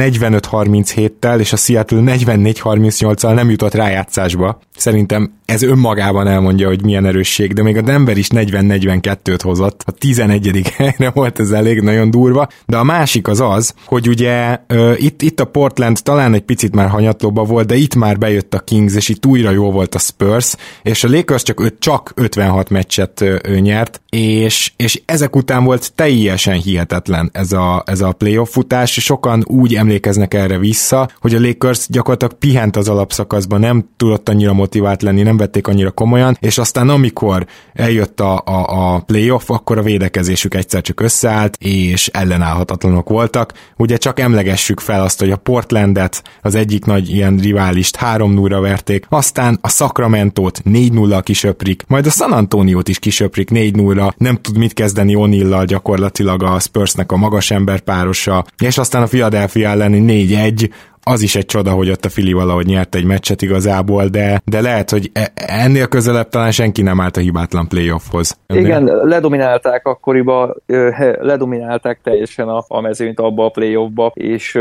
45-37-tel és a Seattle 44-38-al nem jutott rájátszásba. Szerintem ez önmagában elmondja, hogy milyen erősség, de még a Denver is 40-42-t hozott. A 11. helyre volt, ez elég nagyon durva, de a másik az, hogy ugye itt a Portland talán egy picit már hanyatlóba volt, de itt már bejött a Kings, és itt újra jó volt a Spurs, és a Lakers csak 56 meccset nyert, és ezek után volt teljesen hihetetlen ez a playoff futás, sokan úgy emlékeznek erre vissza, hogy a Lakers gyakorlatilag pihent az alapszakaszban, nem tudott annyira motivált lenni, nem vették annyira komolyan, és aztán amikor eljött a playoff, akkor a védekezésük egyszer csak összeállt, és ellenállhatatlanok voltak. Ugye csak emlegessük fel azt, hogy a Portlandet, az egyik nagy ilyen riválist 3-0-ra verték, aztán a Sacramentót 4-0-ra kisöprik, majd a San Antoniót is kisöprik 4-0-ra, nem tud mit kezdeni O'Neal-lal gyakorlatilag a Spursnek a magas ember párosa, és aztán a Philadelphia elleni 4-1, az is egy csoda, hogy ott a Philly valahogy nyert egy meccset igazából, de lehet, hogy ennél közelebb talán senki nem állt a hibátlan playoffhoz. Igen, ledominálták akkoriban, ledominálták teljesen a mezőnyt abba a playoffba, és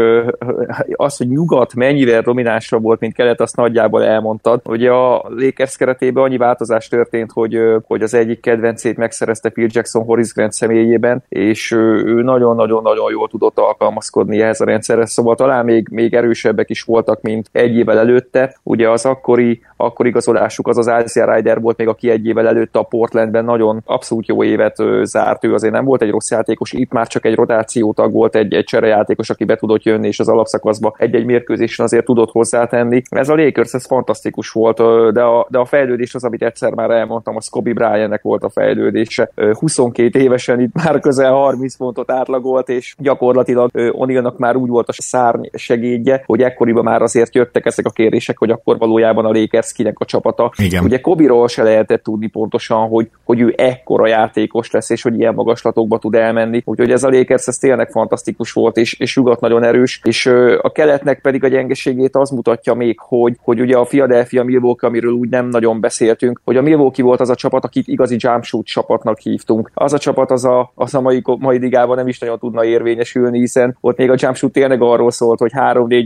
az, hogy nyugat mennyivel dominánsra volt, mint kelet, azt nagyjából elmondtad. Ugye a Lakers keretében annyi változás történt, hogy az egyik kedvencét megszerezte Phil Jackson Horace Grant személyében, és ő nagyon-nagyon-nagyon jól tudott alkalmazkodni ehhez a rendszerhez, szóval talán még erősebbek is voltak, mint egy évvel előtte. Ugye az akkori igazolásuk az Isaiah Rider volt még, aki egy évvel előtte a Portlandben nagyon abszolút jó évet zárt. Ő azért nem volt egy rossz játékos, itt már csak egy rotációtag volt, egy cserejátékos, aki be tudott jönni, és az alapszakaszba egy-egy mérkőzésen azért tudott hozzátenni. Ez a Lakers, ez fantasztikus volt, de a fejlődés az, amit egyszer már elmondtam, az Kobe Bryantnek volt a fejlődése. 22 évesen itt már közel 30 pontot átlagolt, és gyakorlatilag O'Nealnak már úgy volt a szárny segédje, hogy ekkoriban már azért jöttek ezek a kérések, hogy akkor valójában a Lakers kinek a csapata. Igen. Ugye Kobe-ról se lehetett tudni pontosan, hogy ő ekkora játékos lesz, és hogy ilyen magaslatokba tud elmenni. Úgyhogy ez a Lakers, ez tényleg fantasztikus volt, és nyugat nagyon erős, és a keletnek pedig a gyengeségét az mutatja még, hogy ugye a Philadelphia Milwaukee, amiről úgy nem nagyon beszéltünk, hogy a Milwaukee volt az a csapat, akit igazi jump shoot csapatnak hívtunk. Az a csapat az a mai ligában nem is nagyon tudna érvényesülni, hiszen ott még a jump shoot tényleg arról szólt, hogy 3-4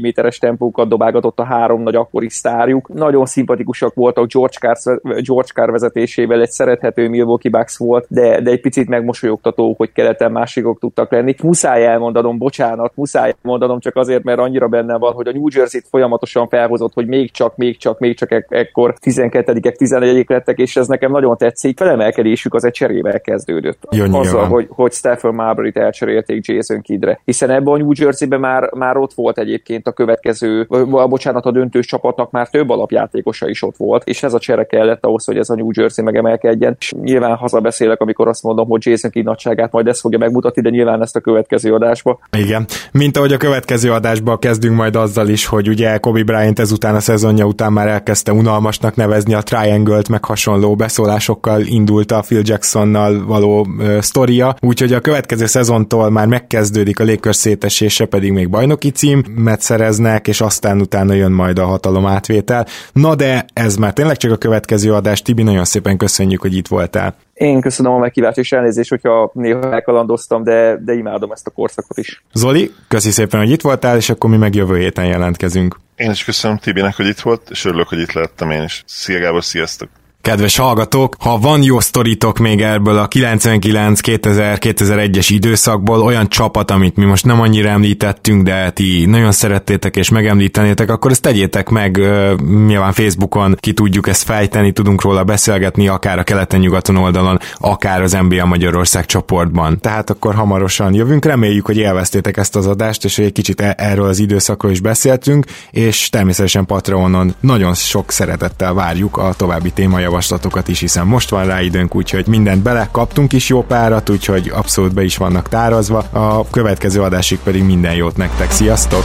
mm-es tempókat dobálgatott a három nagy akkori sztárjuk. Nagyon szimpatikusak voltak George Carr vezetésével, egy szerethető Milwaukee Bucks volt, de egy picit megmosolyogtató, hogy keleten másikok tudtak lenni. Muszáj elmondanom, csak azért, mert annyira benne van, hogy a New Jersey-t folyamatosan felhozott, hogy még csak ekkor 12-ek, 11-ek lettek, és ez nekem nagyon tetszik. Felemelkedésük az egy cserével kezdődött. Azzal, hogy Stephen Marbury-t elcserélték Jason Kiddre. Hiszen ebben a New Jersey-ben már ott volt egyébként a döntős csapatnak már több alapjátékosa is ott volt, és ez a csere kellett ahhoz, hogy ez a New Jersey megemelkedjen. És nyilván hazabeszélek, amikor azt mondom, hogy Jason Kidd nagyságát majd ezt fogja megmutatni, de nyilván ezt a következő adásba. Igen. Mint ahogy a következő adásba kezdünk majd azzal is, hogy ugye Kobe Bryant ezután a szezonja után már elkezdte unalmasnak nevezni a Triangle-t, meg hasonló beszólásokkal indult a Phil Jacksonnal való sztoria, úgyhogy a következő szezontól már megkezdődik a Lakers szétesése, pedig még bajnoki címet szereznek, és aztán utána jön majd a hatalom átvétel. Na de ez már tényleg csak a következő adás. Tibi, nagyon szépen köszönjük, hogy itt voltál. Én köszönöm a meghívást, és elnézést, hogyha néha elkalandoztam, de imádom ezt a korszakot is. Zoli, köszi szépen, hogy itt voltál, és akkor mi meg jövő héten jelentkezünk. Én is köszönöm Tibinek, hogy itt volt, és örülök, hogy itt lehettem én is. Szia Gábor, sziasztok! Kedves hallgatók, ha van jó sztoritok még ebből a 99-2000-2001-es időszakból, olyan csapat, amit mi most nem annyira említettünk, de ti nagyon szerettétek és megemlítenétek, akkor ezt tegyétek meg, nyilván Facebookon ki tudjuk ezt fejteni, tudunk róla beszélgetni, akár a keleten-nyugaton oldalon, akár az NBA Magyarország csoportban. Tehát akkor hamarosan jövünk, reméljük, hogy élveztétek ezt az adást, és hogy egy kicsit erről az időszakról is beszéltünk, és természetesen Patreonon nagyon sok szeretettel várjuk a további témajavaslatokat is, hiszen most van rá időnk, úgyhogy mindent belekaptunk is jó párat, úgyhogy abszolút be is vannak tárazva. A következő adásig pedig minden jót nektek. Sziasztok!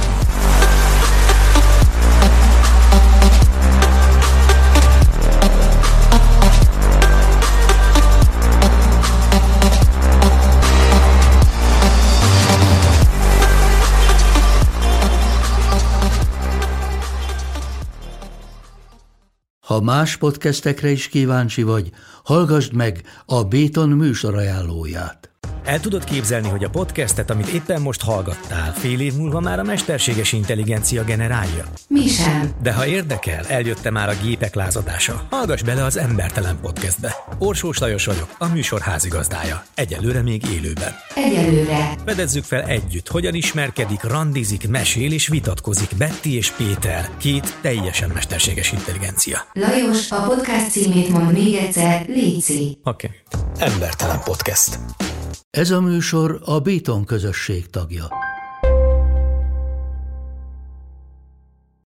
Ha más podcastekre is kíváncsi vagy, hallgassd meg a Béton műsor ajánlóját. El tudod képzelni, hogy a podcastet, amit éppen most hallgattál, fél év múlva már a mesterséges intelligencia generálja? Mi sem. De ha érdekel, eljött már a gépek lázadása. Hallgass bele az Embertelen Podcastbe. Orsós Lajos vagyok, a műsor házigazdája. Egyelőre még élőben. Egyelőre. Fedezzük fel együtt, hogyan ismerkedik, randizik, mesél és vitatkozik Betty és Péter, két teljesen mesterséges intelligencia. Lajos, a podcast címét mond még egyszer, léci. Oké. Embertelen Podcast. Ez a műsor a Béton közösség tagja.